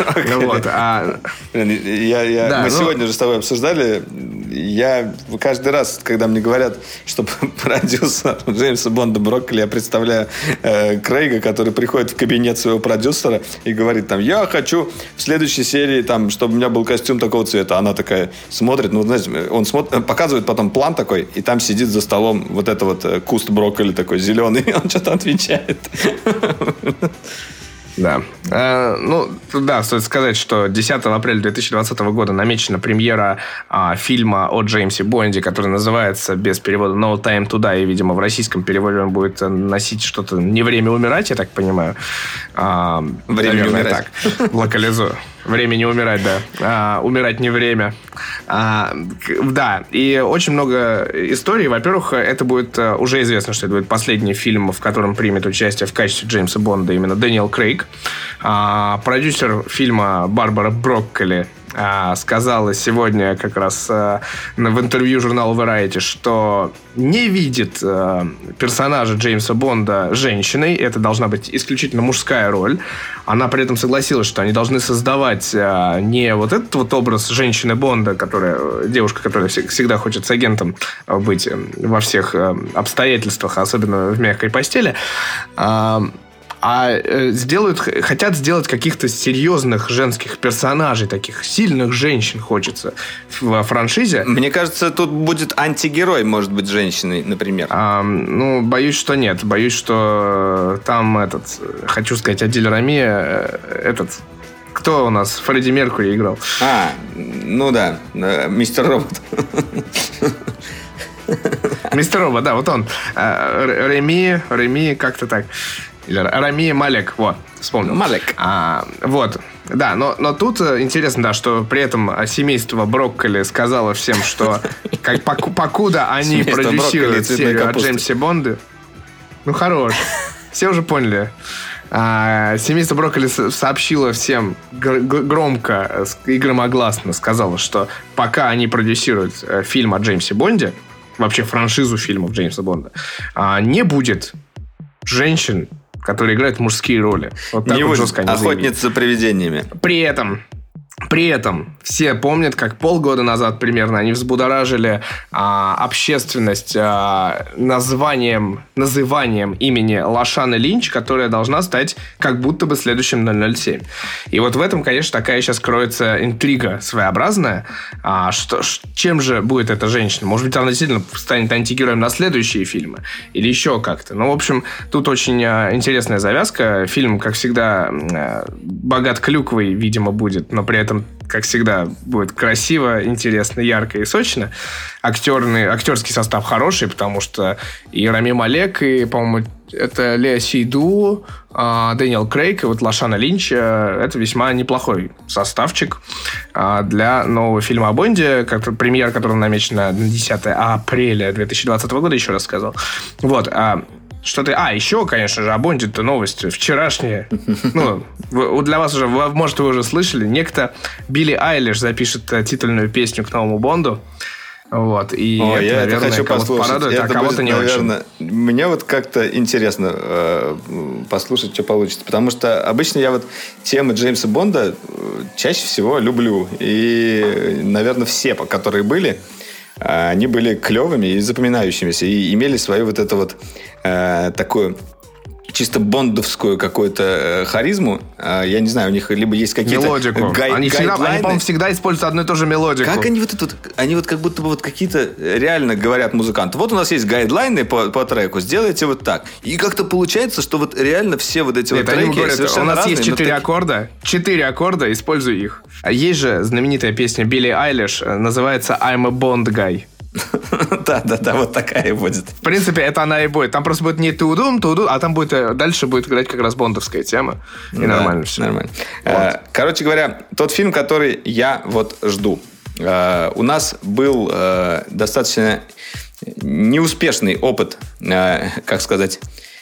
Мы сегодня же с тобой обсуждали. Я каждый раз, когда мне говорят, что продюсер Джеймса Бонда Брокколи, я представляю Крейга, который приходит в кабинет своего продюсера и говорит там: я хочу в следующей серии, там, чтобы у меня был костюм такого цвета. Она такая смотрит, ну, знаете, он смотрит, показывает потом план такой, и там сидит за столом вот это вот куст брокколи такой зеленый, и он что-то отвечает. Да. Э, ну, да, стоит сказать, что десятого апреля две тысячи двадцатого года намечена премьера э, фильма о Джеймсе Бонде, который называется без перевода No Time to Die, и, видимо, в российском переводе он будет носить что-то «Не время умирать», я так понимаю. Э, время не умирать. Так, локализую. Время не умирать, да. А, умирать не время. А, да, и очень много историй. Во-первых, это будет уже известно, что это будет последний фильм, в котором примет участие в качестве Джеймса Бонда именно Дэниел Крейг. А, продюсер фильма Барбара Брокколи сказала сегодня как раз в интервью журналу Variety, что не видит персонажа Джеймса Бонда женщиной. Это должна быть исключительно мужская роль. Она при этом согласилась, что они должны создавать не вот этот вот образ женщины Бонда, которая, девушка, которая всегда хочет с агентом быть во всех обстоятельствах, особенно в мягкой постели, а сделают, хотят сделать каких-то серьезных женских персонажей, таких сильных женщин хочется в франшизе. Мне кажется, тут будет антигерой, может быть, женщиной, например. А, ну, боюсь, что нет. Боюсь, что там этот, хочу сказать, Адиль Рами, этот, кто у нас Фредди Меркьюри играл? А, ну да, мистер Робот. Мистер Робот, да, вот он. Реми, Реми, как-то так. Или Рами Малек, вот, вспомнил. Малек. А, вот, да, но, но тут интересно, да, что при этом семейство Брокколи сказало всем, что как, покуда они продюсируют серию о Джеймсе Бонде, ну, хорош, все уже поняли. А, семейство Брокколи сообщило всем громко и громогласно, сказало, что пока они продюсируют фильм о Джеймсе Бонде, вообще франшизу фильмов Джеймса Бонда, не будет женщин, которые играют мужские роли. Вот так не вот жестко они заявили. Охотница за привидениями. При этом, при этом все помнят, как полгода назад примерно они взбудоражили а, общественность а, названием, называнием имени Лашаны Линч, которая должна стать как будто бы следующим ноль ноль семь. И вот в этом, конечно, такая сейчас кроется интрига своеобразная. А, что, чем же будет эта женщина? Может быть, она действительно станет антигероем на следующие фильмы? Или еще как-то? Ну, в общем, тут очень а, интересная завязка. Фильм, как всегда, а, богат клюквой, видимо, будет, но при этом, как всегда, будет красиво, интересно, ярко и сочно. Актерный, актерский состав хороший, потому что и Рами Малек, и, по-моему, это Леа Сейду, Дэниел Крейг и вот Лашана Линч. Это весьма неплохой составчик для нового фильма о Бонде, который, премьера которого намечена на десятого апреля две тысячи двадцатого года, еще раз сказал. Вот. Что ты... А, еще, конечно же, о Бонде-то новости вчерашние. Ну, для вас уже, может, вы уже слышали. Некто Билли Айлиш запишет титульную песню к новому Бонду. Вот. И О, это, я наверное, это хочу кого-то послушать. порадует, это а кого-то будет, не наверное, очень. Мне вот как-то интересно э, послушать, что получится. Потому что обычно я вот темы Джеймса Бонда чаще всего люблю. И, наверное, все, которые были, они были клевыми и запоминающимися. И имели свою вот эту вот э, такую чисто бондовскую какую-то э, харизму. Э, я не знаю, у них либо есть какие-то мелодику. Гай, они, всегда, они, по-моему, всегда используют одну и ту же мелодику. Как они вот это они вот как будто бы вот какие-то реально говорят музыканты. Вот у нас есть гайдлайны по, по треку, сделайте вот так. И как-то получается, что вот реально все вот эти Нет, вот треки говорят, совершенно у нас разные, есть четыре так... аккорда. Четыре аккорда, используй их. А есть же знаменитая песня Билли Айлиш, называется I'm a Bond Guy. Да, да, да, вот такая и будет. В принципе, это она и будет. Там просто будет не тудум, тудум, а там будет дальше будет играть как раз бондовская тема. И да, нормально все. Нормально. Вот. Короче говоря, тот фильм, который я вот жду. У нас был достаточно неуспешный опыт, как сказать,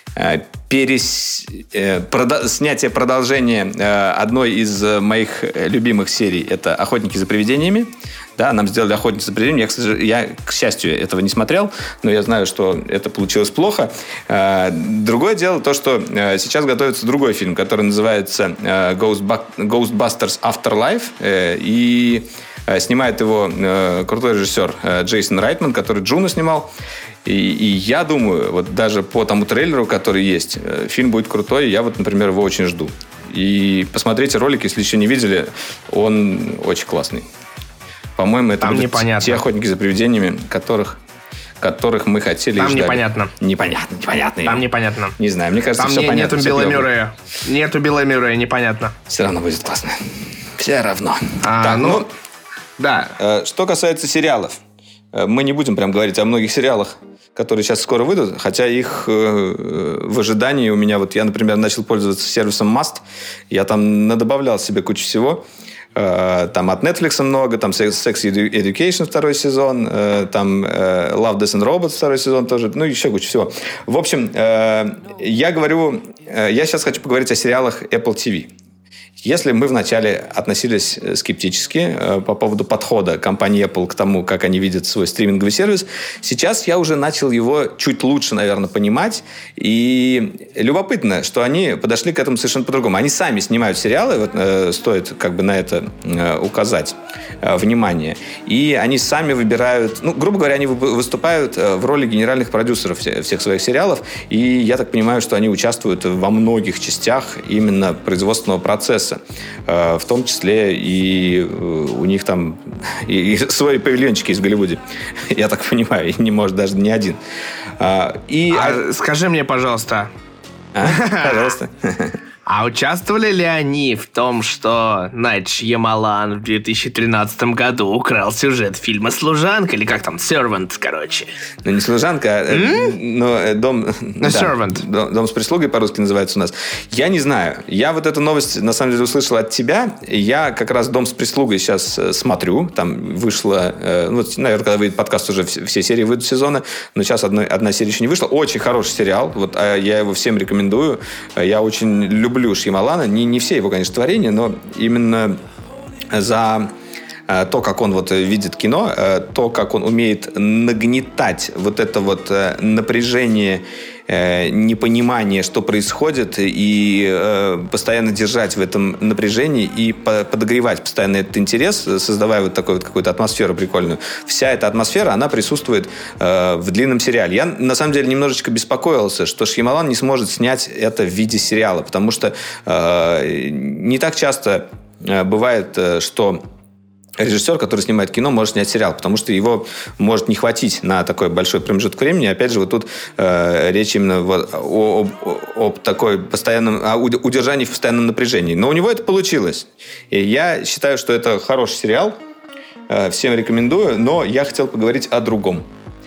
перес... Продо... снятие продолжения одной из моих любимых серий. Это «Охотники за привидениями». Да, нам сделали «Охотницы за привидениями». Я, к сожалению, я, к счастью, этого не смотрел, но я знаю, что это получилось плохо. Другое дело то, что сейчас готовится другой фильм, который называется «Ghostbusters Afterlife». И снимает его крутой режиссер Джейсон Райтман, который «Джуну» снимал. И, и я думаю, вот даже по тому трейлеру, который есть, фильм будет крутой. Я вот, например, его очень жду. И посмотрите ролик, если еще не видели, он очень классный. По-моему, это будут те охотники за привидениями, которых, которых мы хотели Там и ждали. непонятно. Непонятно, непонятно. Там непонятно. Не знаю, мне кажется, Там все не, понятно. Нету Билла Мюррея. Нету Билла Мюррея, непонятно. Все равно будет классно. Все равно. А, так, ну, ну, да. Э, что касается сериалов. Э, мы не будем прям говорить о многих сериалах, которые сейчас скоро выйдут, хотя их э, в ожидании у меня... Вот я, например, начал пользоваться сервисом Must. Я там надобавлял себе кучу всего. Там от Netflix много, там Sex Education второй сезон, там Love, Death and Robots второй сезон тоже, ну, еще куча всего. В общем, я говорю, я сейчас хочу поговорить о сериалах Apple ти ви. Если мы вначале относились скептически э, по поводу подхода компании Apple к тому, как они видят свой стриминговый сервис, сейчас я уже начал его чуть лучше, наверное, понимать. И любопытно, что они подошли к этому совершенно по-другому. Они сами снимают сериалы, вот, э, стоит как бы на это э, указать э, внимание. И они сами выбирают, ну, грубо говоря, они выступают в роли генеральных продюсеров всех своих сериалов. И я так понимаю, что они участвуют во многих частях именно производственного процесса. В том числе и у них там и, и свои павильончики есть в Голливуде. Я так понимаю, и не может даже не один. И... А скажи мне, пожалуйста. А? Пожалуйста. А участвовали ли они в том, что Найт Шьямалан в две тысячи тринадцатом году украл сюжет фильма «Служанка», или как там, «Servant», короче? Ну, не «Служанка», а mm? но дом... Да, «Servant». Дом, дом с прислугой по-русски называется у нас. Я не знаю. Я вот эту новость, на самом деле, услышал от тебя. Я как раз «Дом с прислугой» сейчас смотрю. Там вышло... Ну, вот, наверное, когда выйдет подкаст, уже все серии выйдут сезона. Но сейчас одна, одна серия еще не вышла. Очень хороший сериал. Вот я его всем рекомендую. Я очень люблю Шьямалана. Не, не все его, конечно, творения, но именно за э, то, как он вот видит кино, э, то, как он умеет нагнетать вот это вот э, напряжение, э, непонимание, что происходит, и э, постоянно держать в этом напряжении и по- подогревать постоянно этот интерес, создавая вот такую вот какую-то атмосферу прикольную. Вся эта атмосфера, она присутствует э, в длинном сериале. Я, на самом деле, немножечко беспокоился, что Шьямалан не сможет снять это в виде сериала, потому что э, не так часто э, бывает, э, что режиссер, который снимает кино, может снять сериал, потому что его может не хватить на такой большой промежуток времени. Опять же, вот тут э, речь именно вот о, о, об такой постоянном, о удержании в постоянном напряжении. Но у него это получилось. И я считаю, что это хороший сериал. Э, всем рекомендую. Но я хотел поговорить о другом.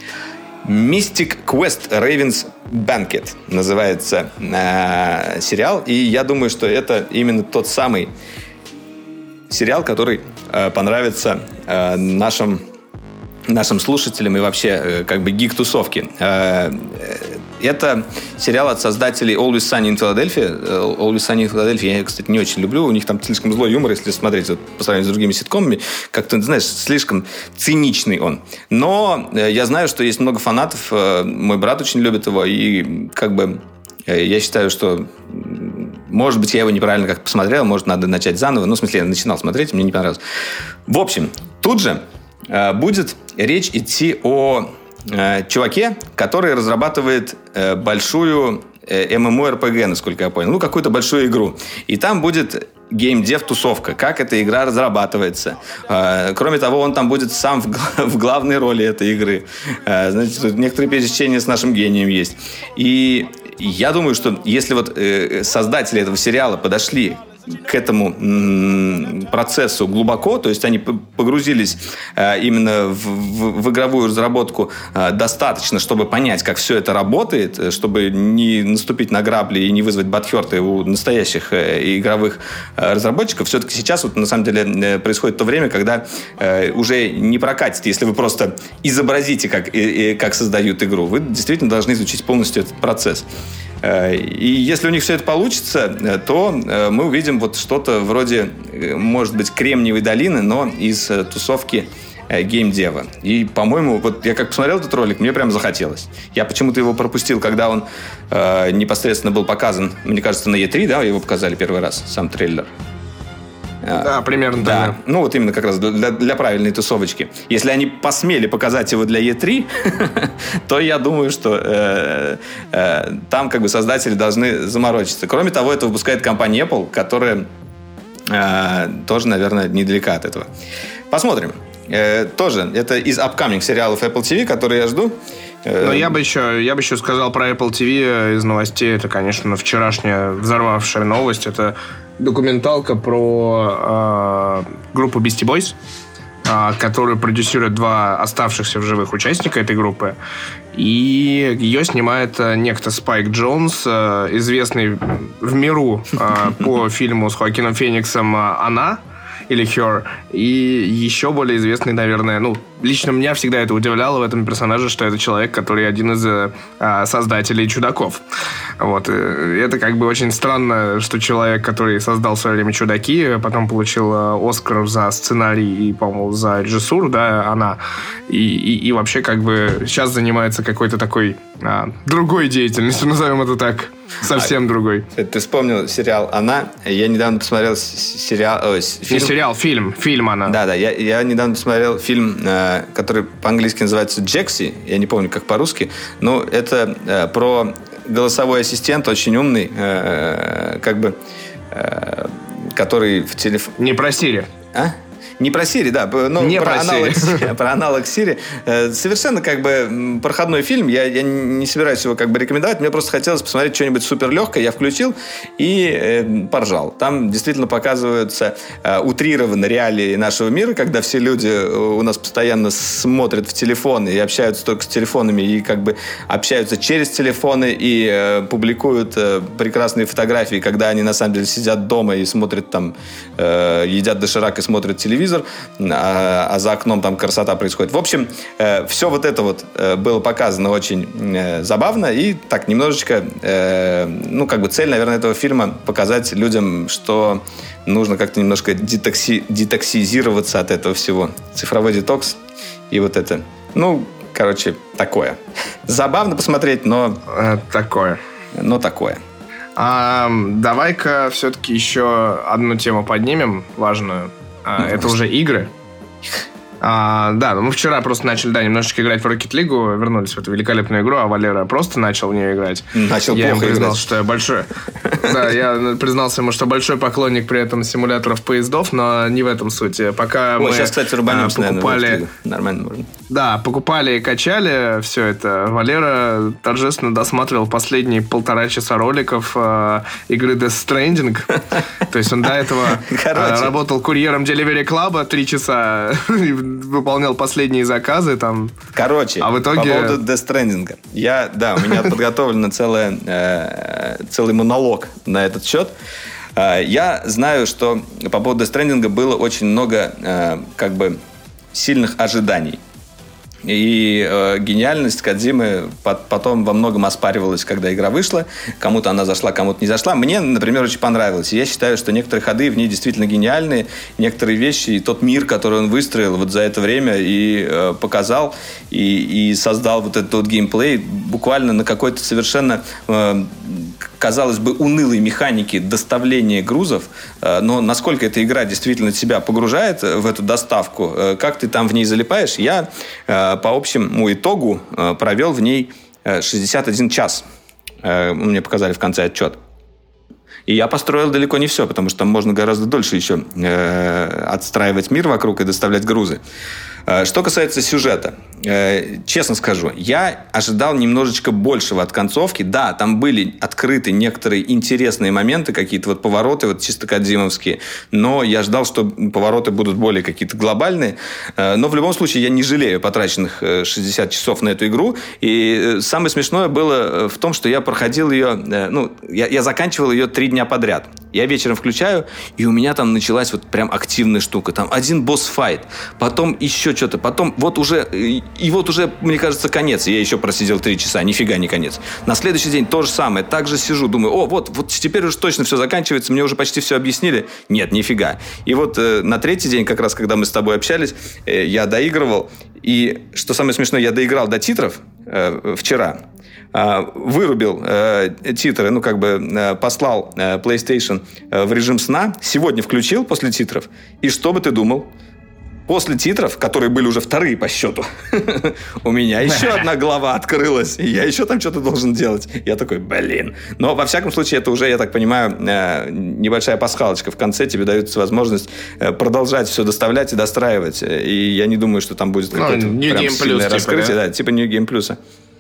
Mystic Quest Raven's Banquet называется э, сериал. И я думаю, что это именно тот самый сериал, который э, понравится э, нашим, нашим слушателям и вообще э, как бы гик-тусовке. Э, это сериал от создателей Always Sunny in Philadelphia. Always Sunny in Philadelphia я, кстати, не очень люблю. У них там слишком злой юмор, если смотреть вот, по сравнению с другими ситкомами. Как-то, знаешь, слишком циничный он. Но э, я знаю, что есть много фанатов. Э, мой брат очень любит его. И как бы э, я считаю, что... Может быть, я его неправильно как-то посмотрел, может, надо начать заново. Ну, в смысле, я начинал смотреть, мне не понравилось. В общем, тут же э, будет речь идти о э, чуваке, который разрабатывает э, большую э, эм эм о эр пи джи, насколько я понял. Ну, какую-то большую игру. И там будет геймдев-тусовка, как эта игра разрабатывается. Э, кроме того, он там будет сам в, гла- в главной роли этой игры. Э, знаете, тут некоторые пересечения с нашим гением есть. И я думаю, что если вот э, создатели этого сериала подошли к этому м- процессу глубоко, то есть они погрузились э, именно в, в, в игровую разработку э, достаточно, чтобы понять, как все это работает, чтобы не наступить на грабли и не вызвать бадхерты у настоящих э, игровых э, разработчиков. Все-таки сейчас вот, на самом деле э, происходит то время, когда э, уже не прокатит, если вы просто изобразите, как, э, э, как создают игру. Вы действительно должны изучить полностью этот процесс. И если у них все это получится, то мы увидим вот что-то вроде, может быть, Кремниевой долины, но из тусовки э, геймдева. И, по-моему, вот я как посмотрел этот ролик, мне прям захотелось. Я почему-то его пропустил, когда он э, непосредственно был показан, мне кажется, на и три, да, его показали первый раз, сам трейлер. Да, примерно. Да, да. ну вот именно как раз для, для правильной тусовочки. Если они посмели показать его для и три, то я думаю, что э, э, там как бы создатели должны заморочиться. Кроме того, это выпускает компания Apple, которая э, тоже, наверное, недалека от этого. Посмотрим. Э, тоже, это из upcoming сериалов Apple ти ви, которые я жду. Но я бы еще, я бы еще сказал про Apple ти ви из новостей. Это, конечно, вчерашняя взорвавшая новость. Это документалка про э, группу Beastie Boys, э, которую продюсируют два оставшихся в живых участника этой группы. И ее снимает некто Спайк Джонс, э, известный в миру э, по фильму с Хоакином Фениксом «Она» или Her, и еще более известный, наверное, ну, лично меня всегда это удивляло в этом персонаже, что это человек, который один из э, создателей «Чудаков». Вот. И это как бы очень странно, что человек, который создал в свое время «Чудаки», потом получил Оскар за сценарий и, по-моему, за режиссуру, да, она, и, и, и вообще как бы сейчас занимается какой-то такой а, другой деятельностью, назовем это так. Совсем а, другой. Ты вспомнил сериал «Она». Я недавно посмотрел сериал... О, фильм. Не сериал, фильм. Фильм «Она». Да-да, я, я недавно посмотрел фильм, э, который по-английски называется «Джекси». Я не помню, как по-русски. Но это э, про голосовой ассистент, очень умный, э, как бы, э, который в телефоне... Не про Сири. А? Не про Сири, да, но не про, про, аналог, Siri. про аналог Сири. Совершенно как бы проходной фильм. Я, я не собираюсь его как бы рекомендовать. Мне просто хотелось посмотреть что-нибудь суперлегкое. Я включил и э, поржал. Там действительно показываются э, утрированно реалии нашего мира, когда все люди у нас постоянно смотрят в телефоны и общаются только с телефонами, и как бы общаются через телефоны и э, публикуют э, прекрасные фотографии, когда они на самом деле сидят дома и смотрят там, э, едят доширак и смотрят телевизор. А, а за окном там красота происходит. В общем, э, все вот это вот э, было показано очень э, забавно. И так немножечко, э, ну, как бы цель, наверное, этого фильма показать людям, что нужно как-то немножко детокси, детоксизироваться от этого всего. Цифровой детокс и вот это. Ну, короче, такое. Забавно посмотреть, но... Э, такое. Но такое. А, давай-ка все-таки еще одну тему поднимем, важную. А, это уже игры. А, да, мы вчера просто начали, да, немножечко играть в Rocket League, вернулись в эту великолепную игру, а Валера просто начал в нее играть. Начал я плохо ему признался, играть. что я большой... Да, я признался ему, что большой поклонник при этом симуляторов поездов, но не в этом суть. Пока мы сейчас, кстати, рубанемся, покупали... наверное, нормально можно. Да, покупали и качали все это. Валера торжественно досматривал последние полтора часа роликов э, игры Death Stranding. То есть он до этого э, работал курьером Delivery Club три часа и выполнял последние заказы там. Короче, а в итоге... по поводу Death Stranding. Я, да, у меня подготовлен целый, э, целый монолог на этот счет. Э, я знаю, что по поводу Death Stranding было очень много э, как бы сильных ожиданий. И э, гениальность Кодзимы под, потом во многом оспаривалась, когда игра вышла. Кому-то она зашла, кому-то не зашла. Мне, например, очень понравилось. И я считаю, что некоторые ходы в ней действительно гениальные. Некоторые вещи и тот мир, который он выстроил вот за это время и э, показал, и, и создал вот этот вот геймплей буквально на какой-то совершенно... Э, казалось бы, унылой механики доставления грузов, но насколько эта игра действительно тебя погружает в эту доставку, как ты там в ней залипаешь, я по общему итогу провел в ней шестьдесят один час. Мне показали в конце отчет. И я построил далеко не все, потому что там можно гораздо дольше еще отстраивать мир вокруг и доставлять грузы. Что касается сюжета, честно скажу, я ожидал немножечко большего от концовки. Да, там были открыты некоторые интересные моменты, какие-то вот повороты, вот чисто кодзимовские, но я ждал, что повороты будут более какие-то глобальные. Но в любом случае я не жалею потраченных шестьдесят часов на эту игру. И самое смешное было в том, что я проходил ее, ну, я, я заканчивал ее три дня подряд. Я вечером включаю, и у меня там началась вот прям активная штука. Там один босс-файт, потом еще что-то, потом вот уже и вот уже, мне кажется, конец. Я еще просидел три часа. Нифига не конец. На следующий день то же самое. Так же сижу, думаю, о, вот, вот теперь уже точно все заканчивается. Мне уже почти все объяснили. Нет, нифига. И вот э, на третий день, как раз, когда мы с тобой общались, э, я доигрывал. И, что самое смешное, я доиграл до титров э, вчера. Э, вырубил э, титры, ну, как бы э, послал э, PlayStation э, в режим сна. Сегодня включил после титров. И что бы ты думал? После титров, которые были уже вторые по счету, у меня еще одна глава открылась, и я еще там что-то должен делать. Я такой, блин. Но, во всяком случае, это уже, я так понимаю, небольшая пасхалочка. В конце тебе дается возможность продолжать все доставлять и достраивать. И я не думаю, что там будет какое-то ну, прям сильное раскрытие. Типа, да? Да, типа New Game Plus.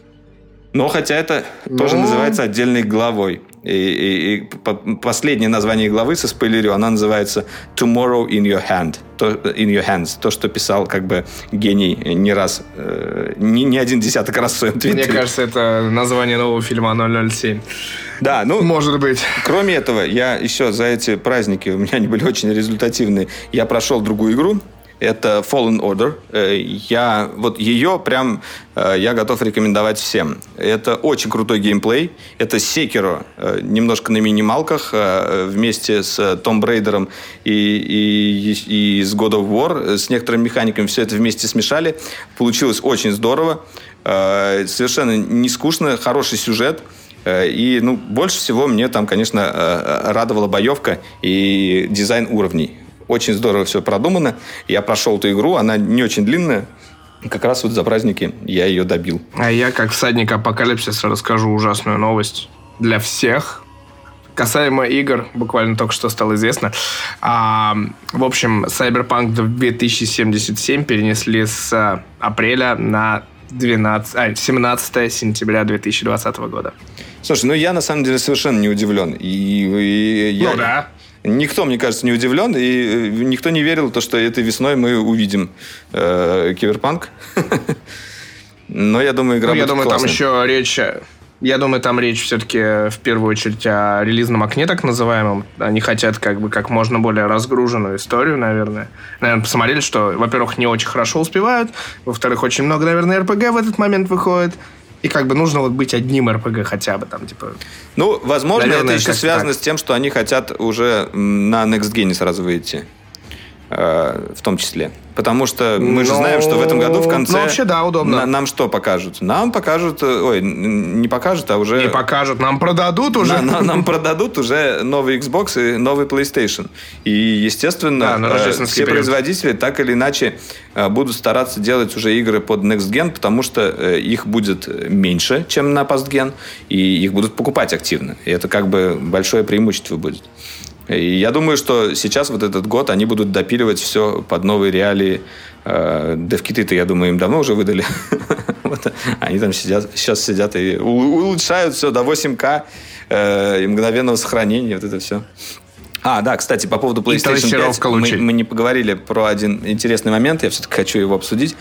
Но хотя это ну... тоже называется отдельной главой. И, и, и последнее название главы со спойлерю, она называется Tomorrow in your hand. То, in your hands. То, что писал как бы гений не раз, э, не, не один десяток раз в своем твиттере. Мне кажется, это название нового фильма ноль ноль семь. Да, ну... Может быть. Кроме этого, я еще за эти праздники, у меня они были очень результативные, я прошел другую игру. Это Fallen Order. Я, вот ее прям я готов рекомендовать всем. Это очень крутой геймплей. Это Sekiro, немножко на минималках, вместе с Tomb Raider и, и, и с God of War, с некоторыми механиками все это вместе смешали. Получилось очень здорово. Совершенно не скучно, хороший сюжет. И ну, больше всего мне там, конечно, радовала боевка и дизайн уровней. Очень здорово все продумано. Я прошел эту игру, она не очень длинная. Как раз вот за праздники я ее добил. А я, как всадник апокалипсиса, расскажу ужасную новость для всех. Касаемо игр, буквально только что стало известно. А, в общем, Cyberpunk две тысячи семьдесят семь перенесли с апреля на двенадцатое, а, семнадцатое сентября две тысячи двадцатого года. Слушай, ну я на самом деле совершенно не удивлен. И, и я... Ну да. Никто, мне кажется, не удивлен, и никто не верил, то, что этой весной мы увидим э, Киберпанк. Но я думаю, игра ну, будет я думаю, классной. Там еще речь... Я думаю, там речь все-таки в первую очередь о релизном окне, так называемом. Они хотят как бы как можно более разгруженную историю, наверное. Наверное, посмотрели, что, во-первых, не очень хорошо успевают, во-вторых, очень много, наверное, эр пи джи в этот момент выходит. И как бы нужно вот быть одним эр пи джи хотя бы там, типа... Ну, возможно, наверное, это еще связано так. с тем, что они хотят уже на Next Gen сразу выйти. Э, в том числе. Потому что мы ну, же знаем, что в этом году в конце... Ну, вообще, да, удобно. На, нам что покажут? Нам покажут... Ой, не покажут, а уже... Не покажут, нам продадут уже. На, на, нам продадут уже новый Xbox и новый PlayStation. И, естественно, да, все период. производители так или иначе будут стараться делать уже игры под Next Gen, потому что их будет меньше, чем на Past Gen, и их будут покупать активно. И это как бы большое преимущество будет. И я думаю, что сейчас вот этот год они будут допиливать все под новые реалии. Дев-киты-то, я думаю, им давно уже выдали. Вот. Они там сидят, сейчас сидят и улучшают все до восемь ка и мгновенного сохранения. Вот это все. А, да, кстати, по поводу PlayStation пять мы, мы не поговорили про один интересный момент. Я все-таки хочу его обсудить.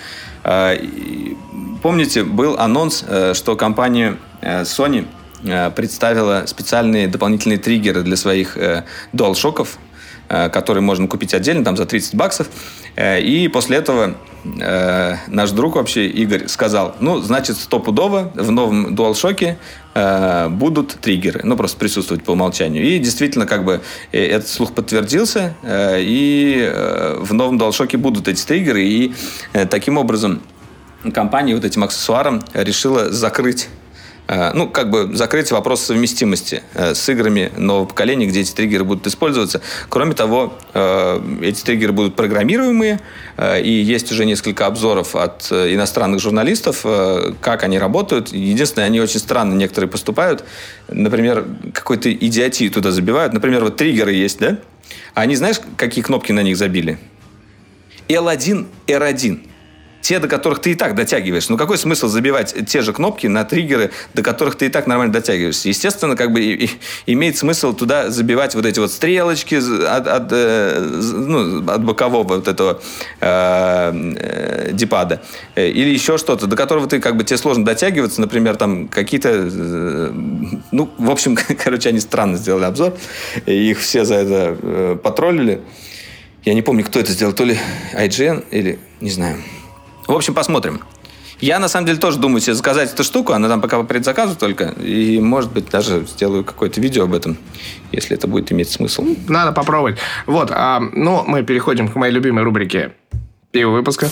Помните, был анонс, что компания Sony представила специальные дополнительные триггеры для своих э, DualShock'ов, э, которые можно купить отдельно, там за тридцать баксов. Э, и после этого э, наш друг вообще, Игорь, сказал, ну, значит, стопудово в новом DualShock'е э, будут триггеры. Ну, просто присутствовать по умолчанию. И действительно, как бы, э, этот слух подтвердился. Э, и э, в новом DualShock'е будут эти триггеры. И э, таким образом компания вот этим аксессуаром решила закрыть Ну, как бы закрыть вопрос совместимости с играми нового поколения, где эти триггеры будут использоваться. Кроме того, эти триггеры будут программируемые, и есть уже несколько обзоров от иностранных журналистов, как они работают. Единственное, они очень странно некоторые поступают. Например, какой-то идиотию туда забивают. Например, вот триггеры есть, да? А они, знаешь, какие кнопки на них забили? эл один, эр один. Те, до которых ты и так дотягиваешь. Ну, какой смысл забивать те же кнопки на триггеры, до которых ты и так нормально дотягиваешься? Естественно, как бы и, и, имеет смысл туда забивать вот эти вот стрелочки от, от, э, ну, от бокового вот этого э, э, дипада. Или еще что-то, до которого ты, как бы, тебе сложно дотягиваться. Например, там какие-то... Э, ну, в общем, короче, они странно сделали обзор. И их все за это э, потроллили. Я не помню, кто это сделал. То ли ай джи эн или... Не знаю. В общем, посмотрим. Я, на самом деле, тоже думаю себе заказать эту штуку. Она там пока по предзаказу только. И, может быть, даже сделаю какое-то видео об этом, если это будет иметь смысл. Надо попробовать. Вот, а, ну, мы переходим к моей любимой рубрике «Пиво выпуска».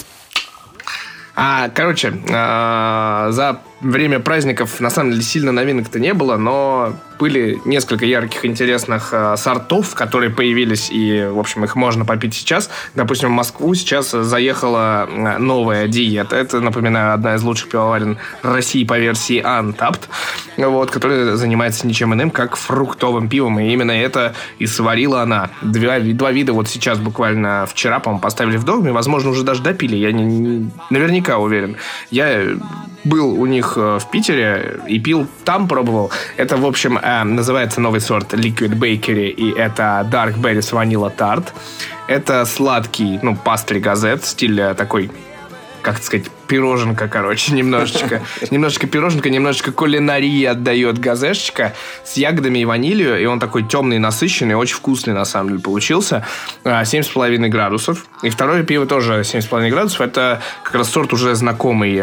А, короче, а, за время праздников, на самом деле, сильно новинок-то не было, но были несколько ярких, интересных а, сортов, которые появились, и, в общем, их можно попить сейчас. Допустим, в Москву сейчас заехала новая диета. Это, напоминаю, одна из лучших пивоварен России по версии Untappd, вот, которая занимается ничем иным, как фруктовым пивом, и именно это и сварила она. Два, два вида вот сейчас буквально вчера, по-моему, поставили в догме, возможно, уже даже допили, я не, не, наверняка уверен. Я был у них в Питере и пил там, пробовал. Это, в общем, э, называется новый сорт Liquid Bakery, и это Dark Berries Vanilla Tart. Это сладкий, ну, пастри газет, стиль такой, как сказать, пироженка, короче, немножечко. Немножечко пироженка, немножечко кулинарии отдает газешечка с ягодами и ванилью, и он такой темный, насыщенный, очень вкусный, на самом деле, получился. семь с половиной градусов. И второе пиво тоже семь с половиной градусов. Это как раз сорт уже знакомый,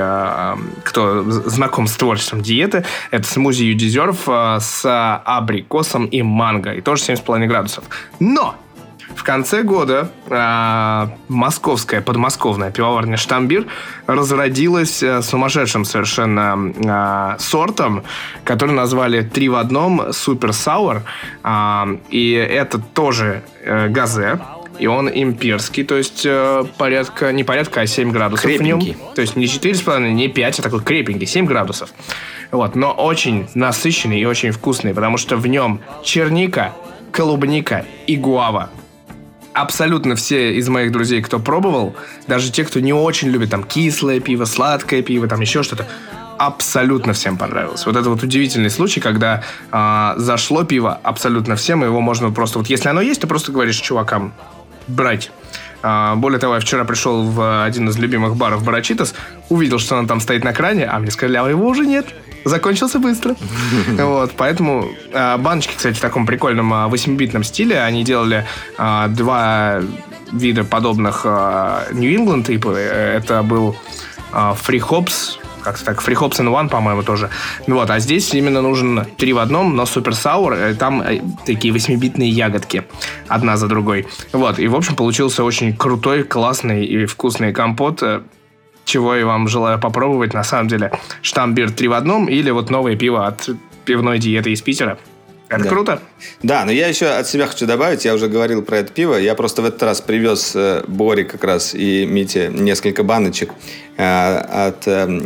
кто знаком с творчеством диеты. Это смузи You Deserve с абрикосом и манго. И тоже семь с половиной градусов. Но! В конце года э, московская, подмосковная пивоварня «Штамбир» разродилась э, сумасшедшим совершенно э, сортом, который назвали «Три в одном» Супер Сауэр. Э, и это тоже э, газе. И он имперский, то есть э, порядка, не порядка, а семь градусов крепенький. в нем. То есть не четыре с половиной, не пять, а такой крепенький, семь градусов. Вот, но очень насыщенный и очень вкусный, потому что в нем черника, клубника и гуава. Абсолютно все из моих друзей, кто пробовал, даже те, кто не очень любит там кислое пиво, сладкое пиво, там еще что-то, абсолютно всем понравилось. Вот это вот удивительный случай, когда э, зашло пиво абсолютно всем, и его можно просто... Вот если оно есть, то просто говоришь чувакам брать. Э, более того, я вчера пришел в один из любимых баров Барачитас, увидел, что оно там стоит на кране, а мне сказали, а его уже нет. Закончился быстро. Вот, поэтому э, баночки, кстати, в таком прикольном э, восьмибитном стиле. Они делали э, два вида подобных э, New England типа. Это был э, Free Hops, как-то так, Free Hops in One, по-моему, тоже. Вот, а здесь именно нужен три в одном, но Super Sour. Там э, такие восьмибитные ягодки, одна за другой. Вот, и, в общем, получился очень крутой, классный и вкусный компот, чего я вам желаю попробовать, на самом деле. Штамбир три в одном или вот новое пиво от пивной диеты из Питера. Это да. круто. Да, но я еще от себя хочу добавить, я уже говорил про это пиво, я просто в этот раз привез э, Боре как раз и Мите несколько баночек э, от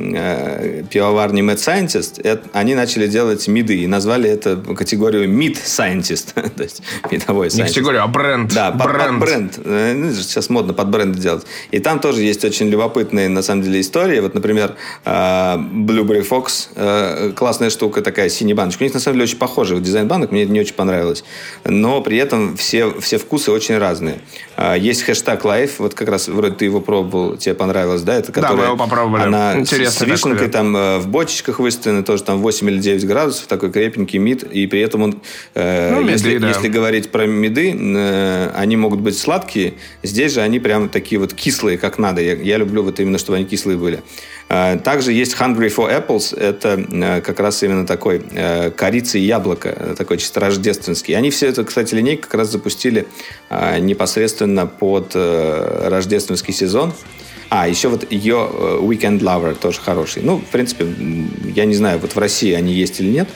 э, пивоварни Mad Scientist. Это, они начали делать миды и назвали это категорию Mid Scientist, то есть мидовой Не категорию, а бренд. Да, бренд. Под бренд. Сейчас модно под бренды делать. И там тоже есть очень любопытные, на самом деле, истории. Вот, например, Blueberry Fox, классная штука такая, синяя баночка. У них, на самом деле, очень похожий дизайн банок, мне это не очень понравилось. Но при этом все, все вкусы очень разные. Есть хэштаг Life, вот как раз вроде ты его пробовал, тебе понравилось, да? Это да, мы его попробовали. Она интересно, с вишенкой там в бочечках выставлена, тоже там восемь или девять градусов, такой крепенький мид, и при этом он, э, ну, если, миды, да. если говорить про миды, э, они могут быть сладкие, здесь же они прям такие вот кислые, как надо. Я, я люблю вот именно, чтобы они кислые были. Э, также есть Hungry for Apples, это э, как раз именно такой э, корица и яблоко, такой чисто рождественский. Они все это, кстати, линейку как раз запустили э, непосредственно под э, рождественский сезон. А, еще вот ее Weekend Lover тоже хороший. Ну, в принципе, я не знаю, вот в России они есть или нет.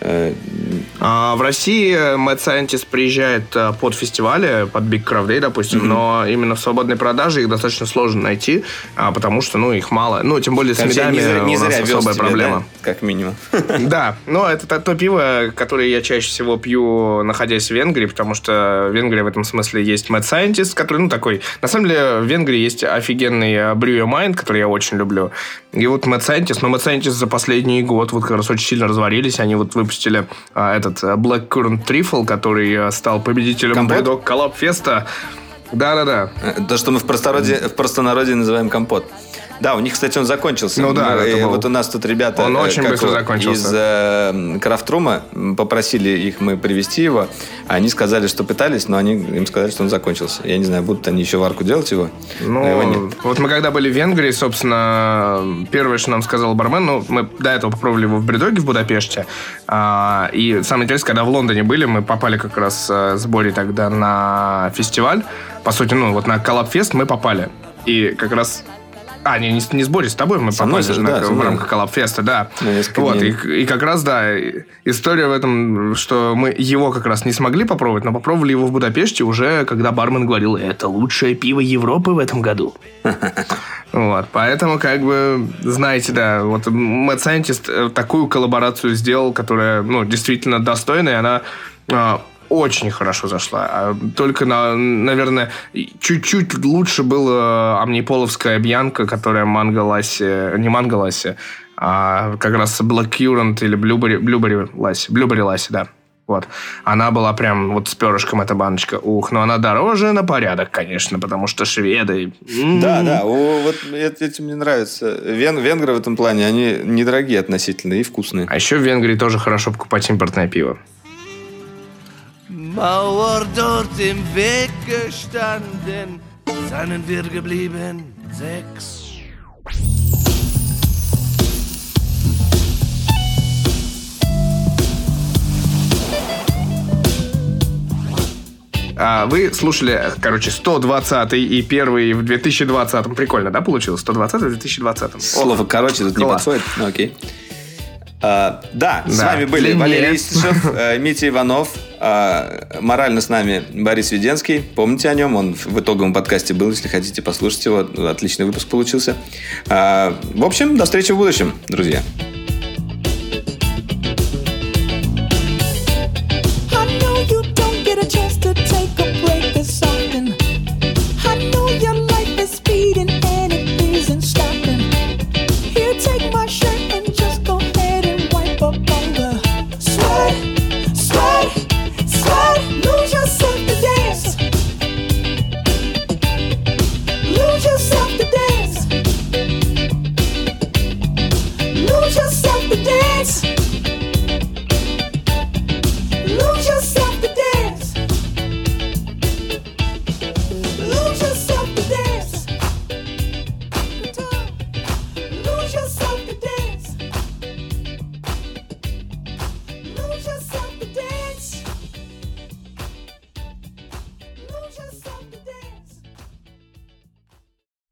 А в России Mad Scientist приезжает под фестивали, под Big Craft Day, допустим, mm-hmm. но именно в свободной продаже их достаточно сложно найти, потому что, ну, их мало. Ну, тем более с медами не зря, не у нас особая тебе, проблема. Да? Как минимум. Да, но это то, то пиво, которое я чаще всего пью, находясь в Венгрии, потому что в Венгрии в этом смысле есть Mad Scientist, который, ну, такой... На самом деле, в Венгрии есть офигенный Brew Your Mind, который я очень люблю. И вот Mad Scientist, но Mad Scientist за последний год вот как раз очень сильно развалились. Они вот выпустили а, этот Black Currant Trifle, который стал победителем Брэдок Коллаб Феста. Да-да-да. То, что мы в простонародье, в простонародье называем компот. Да, у них, кстати, он закончился. Ну да, и был... вот у нас тут ребята он очень быстро закончился. Из э, Крафтрума попросили их мы привезти его. Они сказали, что пытались, но они им сказали, что он закончился. Я не знаю, будут они еще варку делать его. Ну, но его нет. Вот мы когда были в Венгрии, собственно, первое, что нам сказал бармен, ну, мы до этого попробовали его в Бредоге в Будапеште. А, и самое интересное, когда в Лондоне были, мы попали как раз с Борей тогда на фестиваль. По сути, ну, вот на Коллабфест мы попали. И как раз... А, не, не, не с Борей, с тобой мы попали же, да, в рамках Коллабфеста, да. Вот, и, и как раз, да, история в этом, что мы его как раз не смогли попробовать, но попробовали его в Будапеште уже, когда бармен говорил, это лучшее пиво Европы в этом году. Вот, поэтому, как бы, знаете, да, вот Mad Scientist такую коллаборацию сделал, которая, ну, действительно достойная, и она... очень хорошо зашла. Только, на, наверное, чуть-чуть лучше была амниполовская бьянка, которая манго ласси, не манго ласси, а как раз Blackcurrant или Blueberry, Blueberry ласси, Blueberry ласси, да. Вот. Она была прям вот с перышком, эта баночка. Ух, но она дороже на порядок, конечно, потому что шведы... Да, да, о, вот этим мне нравится. Вен, венгры в этом плане, они недорогие относительно и вкусные. А еще в Венгрии тоже хорошо покупать импортное пиво. Mauer dort im Weg gestanden, seien wir geblieben sechs. А вы слушали, короче, сто двадцатый и первый в две тысячи двадцатом. Прикольно, да, получилось? сто двадцатый в две тысячи двадцатом. Слово «короче» тут не подходит, ну окей. А, да, да, с вами были длиннее. Валерий Истишев, Митя Иванов, а, морально с нами Борис Веденский. Помните о нем, он в итоговом подкасте был, если хотите послушать его. Отличный выпуск получился. А, в общем, до встречи в будущем, друзья.